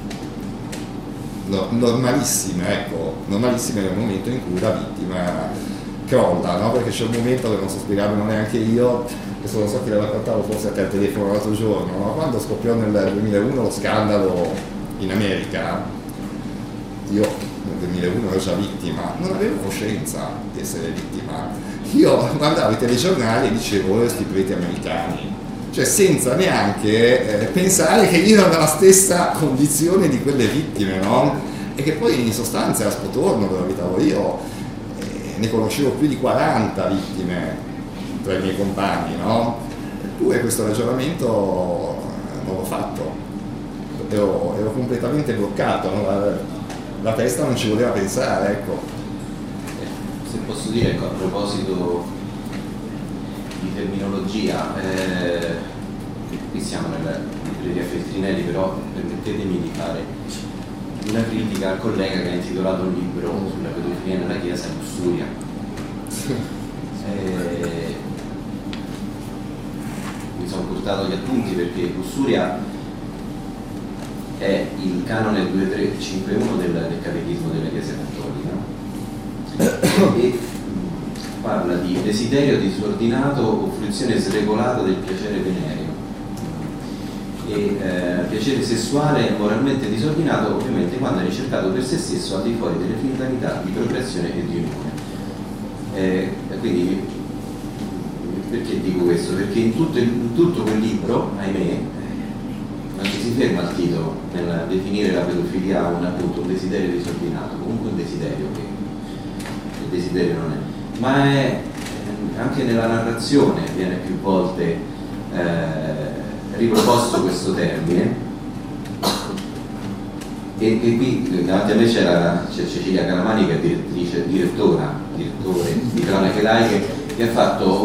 Speaker 2: normalissime, ecco, normalissime nel momento in cui la vittima crolla, no? Perché c'è un momento che non so spiegarlo neanche io, che non so chi le raccontavo forse a te al telefono l'altro giorno, no? Quando scoppiò nel 2001 lo scandalo in America, io nel 2001 ero già vittima, non avevo coscienza di essere vittima, io guardavo i telegiornali e dicevo questi preti americani, cioè senza neanche pensare che io ero nella stessa condizione di quelle vittime, no? E che poi in sostanza era Spotorno dove abitavo io, ne conoscevo più di 40 vittime tra i miei compagni, no? Eppure questo ragionamento non l'ho fatto, ero completamente bloccato, no? La testa non ci voleva pensare, ecco.
Speaker 3: Se posso dire, ecco, a proposito di terminologia, qui siamo nella libreria Feltrinelli, però permettetemi di fare una critica al collega che ha intitolato un libro sulla pedofilia nella Chiesa, Lussuria. Mi sono portato gli appunti perché Lussuria è il canone 2351 del catechismo della Chiesa Cattolica, e parla di desiderio disordinato o fruizione sregolata del piacere venereo, e piacere sessuale moralmente disordinato ovviamente quando è ricercato per se stesso al di fuori delle finalità di progressione e di unione. Quindi Perché dico questo? Perché in tutto quel libro, ahimè, non ci si ferma al titolo nel definire la pedofilia appunto un desiderio disordinato, comunque un desiderio che il desiderio non è, ma è anche nella narrazione viene più volte riproposto questo termine. E qui davanti a me c'è Cecilia Calamani, che è direttore di Cronache Laiche, che ha fatto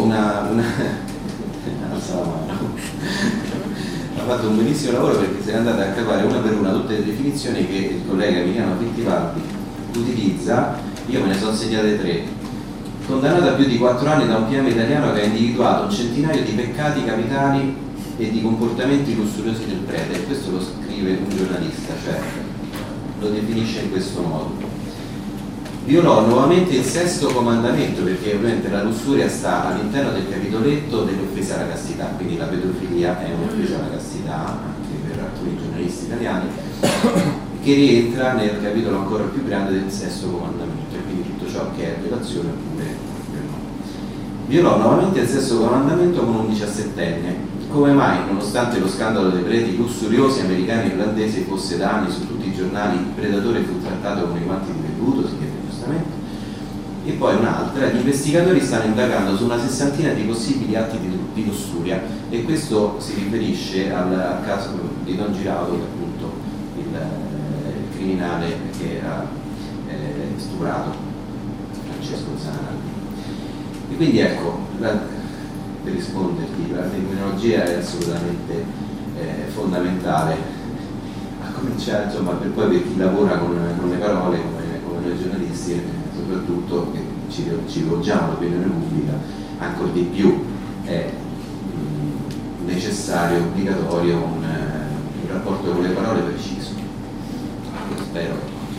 Speaker 3: ha fatto un bellissimo lavoro, perché se è andata a cavare una per una tutte le definizioni che il collega Emiliano Fittibaldi utilizza. Io me ne sono segnate 3. Condannato a più di 4 anni da un PM italiano che ha individuato un centinaio di peccati capitali e di comportamenti lussuriosi del prete, e questo lo scrive un giornalista, cioè lo definisce in questo modo. Violò nuovamente il 6° comandamento, perché ovviamente la lussuria sta all'interno del capitoletto dell'offesa alla castità, quindi la pedofilia è un'offesa alla castità anche per alcuni giornalisti italiani, che rientra nel capitolo ancora più grande del 6° comandamento, e quindi tutto ciò che è violazione oppure no. Violò nuovamente il 6° comandamento con un 17enne. Come mai, nonostante lo scandalo dei preti lussuriosi americani e irlandesi fosse da anni su tutti i giornali, il predatore fu trattato con i guanti di velluto, si chiede giustamente. E poi un'altra: gli investigatori stanno indagando su una 60ina di possibili atti di lussuria, e questo si riferisce al caso di Don Giraudo, che è appunto il criminale che ha stuprato Francesco Zanardi. E quindi ecco, per risponderti, la terminologia è assolutamente fondamentale, a cominciare insomma per chi lavora con le parole come noi giornalisti, soprattutto che ci rivolgiamo all'opinione pubblica, ancora di più è necessario, obbligatorio un rapporto con le parole preciso. Spero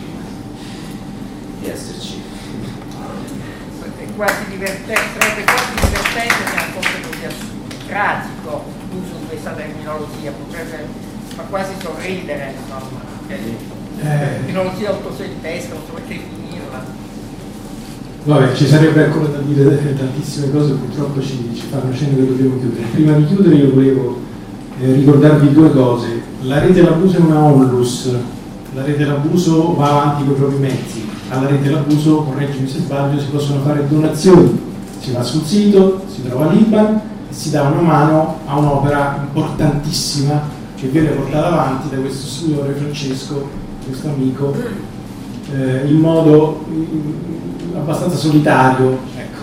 Speaker 3: di esserci.
Speaker 6: Sarebbe quasi divertente nel contenuto assurdo, tragico l'uso di questa terminologia, potrebbe far quasi sorridere, insomma, terminologia ottocentesca, non so perché finirla.
Speaker 1: Vabbè, ci sarebbe ancora da dire tantissime cose, purtroppo ci fanno cenno che dobbiamo chiudere. Prima di chiudere io volevo ricordarvi 2 cose. La rete dell'abuso è una onlus, la rete dell'abuso va avanti con i propri mezzi. Alla rete dell'abuso, correggimi se sbaglio, si possono fare donazioni, si va sul sito, si trova l'IBAN e si dà una mano a un'opera importantissima che viene portata avanti da questo signore Francesco, questo amico, in modo abbastanza solitario, ecco.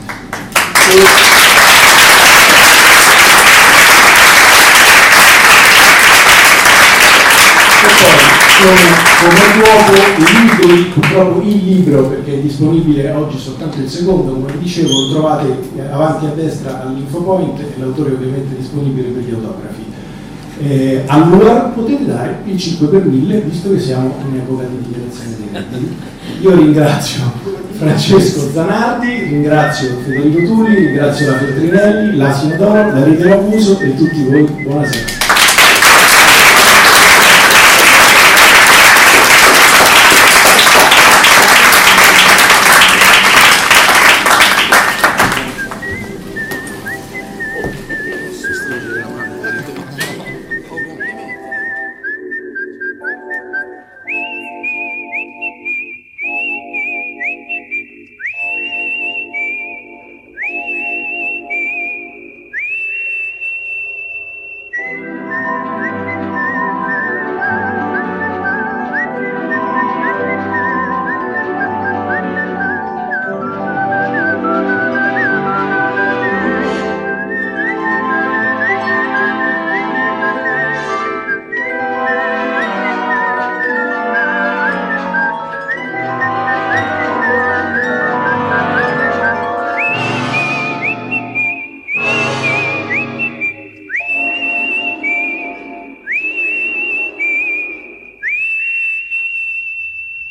Speaker 1: Come nuovo purtroppo il libro, perché è disponibile oggi soltanto il 2º, come dicevo, lo trovate avanti a destra all'infopoint, e l'autore è ovviamente disponibile per gli autografi. Allora potete dare il 5 per 1000, visto che siamo in epoca di dichiarazione dei redditi. Io ringrazio Francesco Zanardi, ringrazio Federico Tuli, ringrazio la Feltrinelli, l'Asino d'Oro, la Rete dell'Abuso e tutti voi. Buonasera.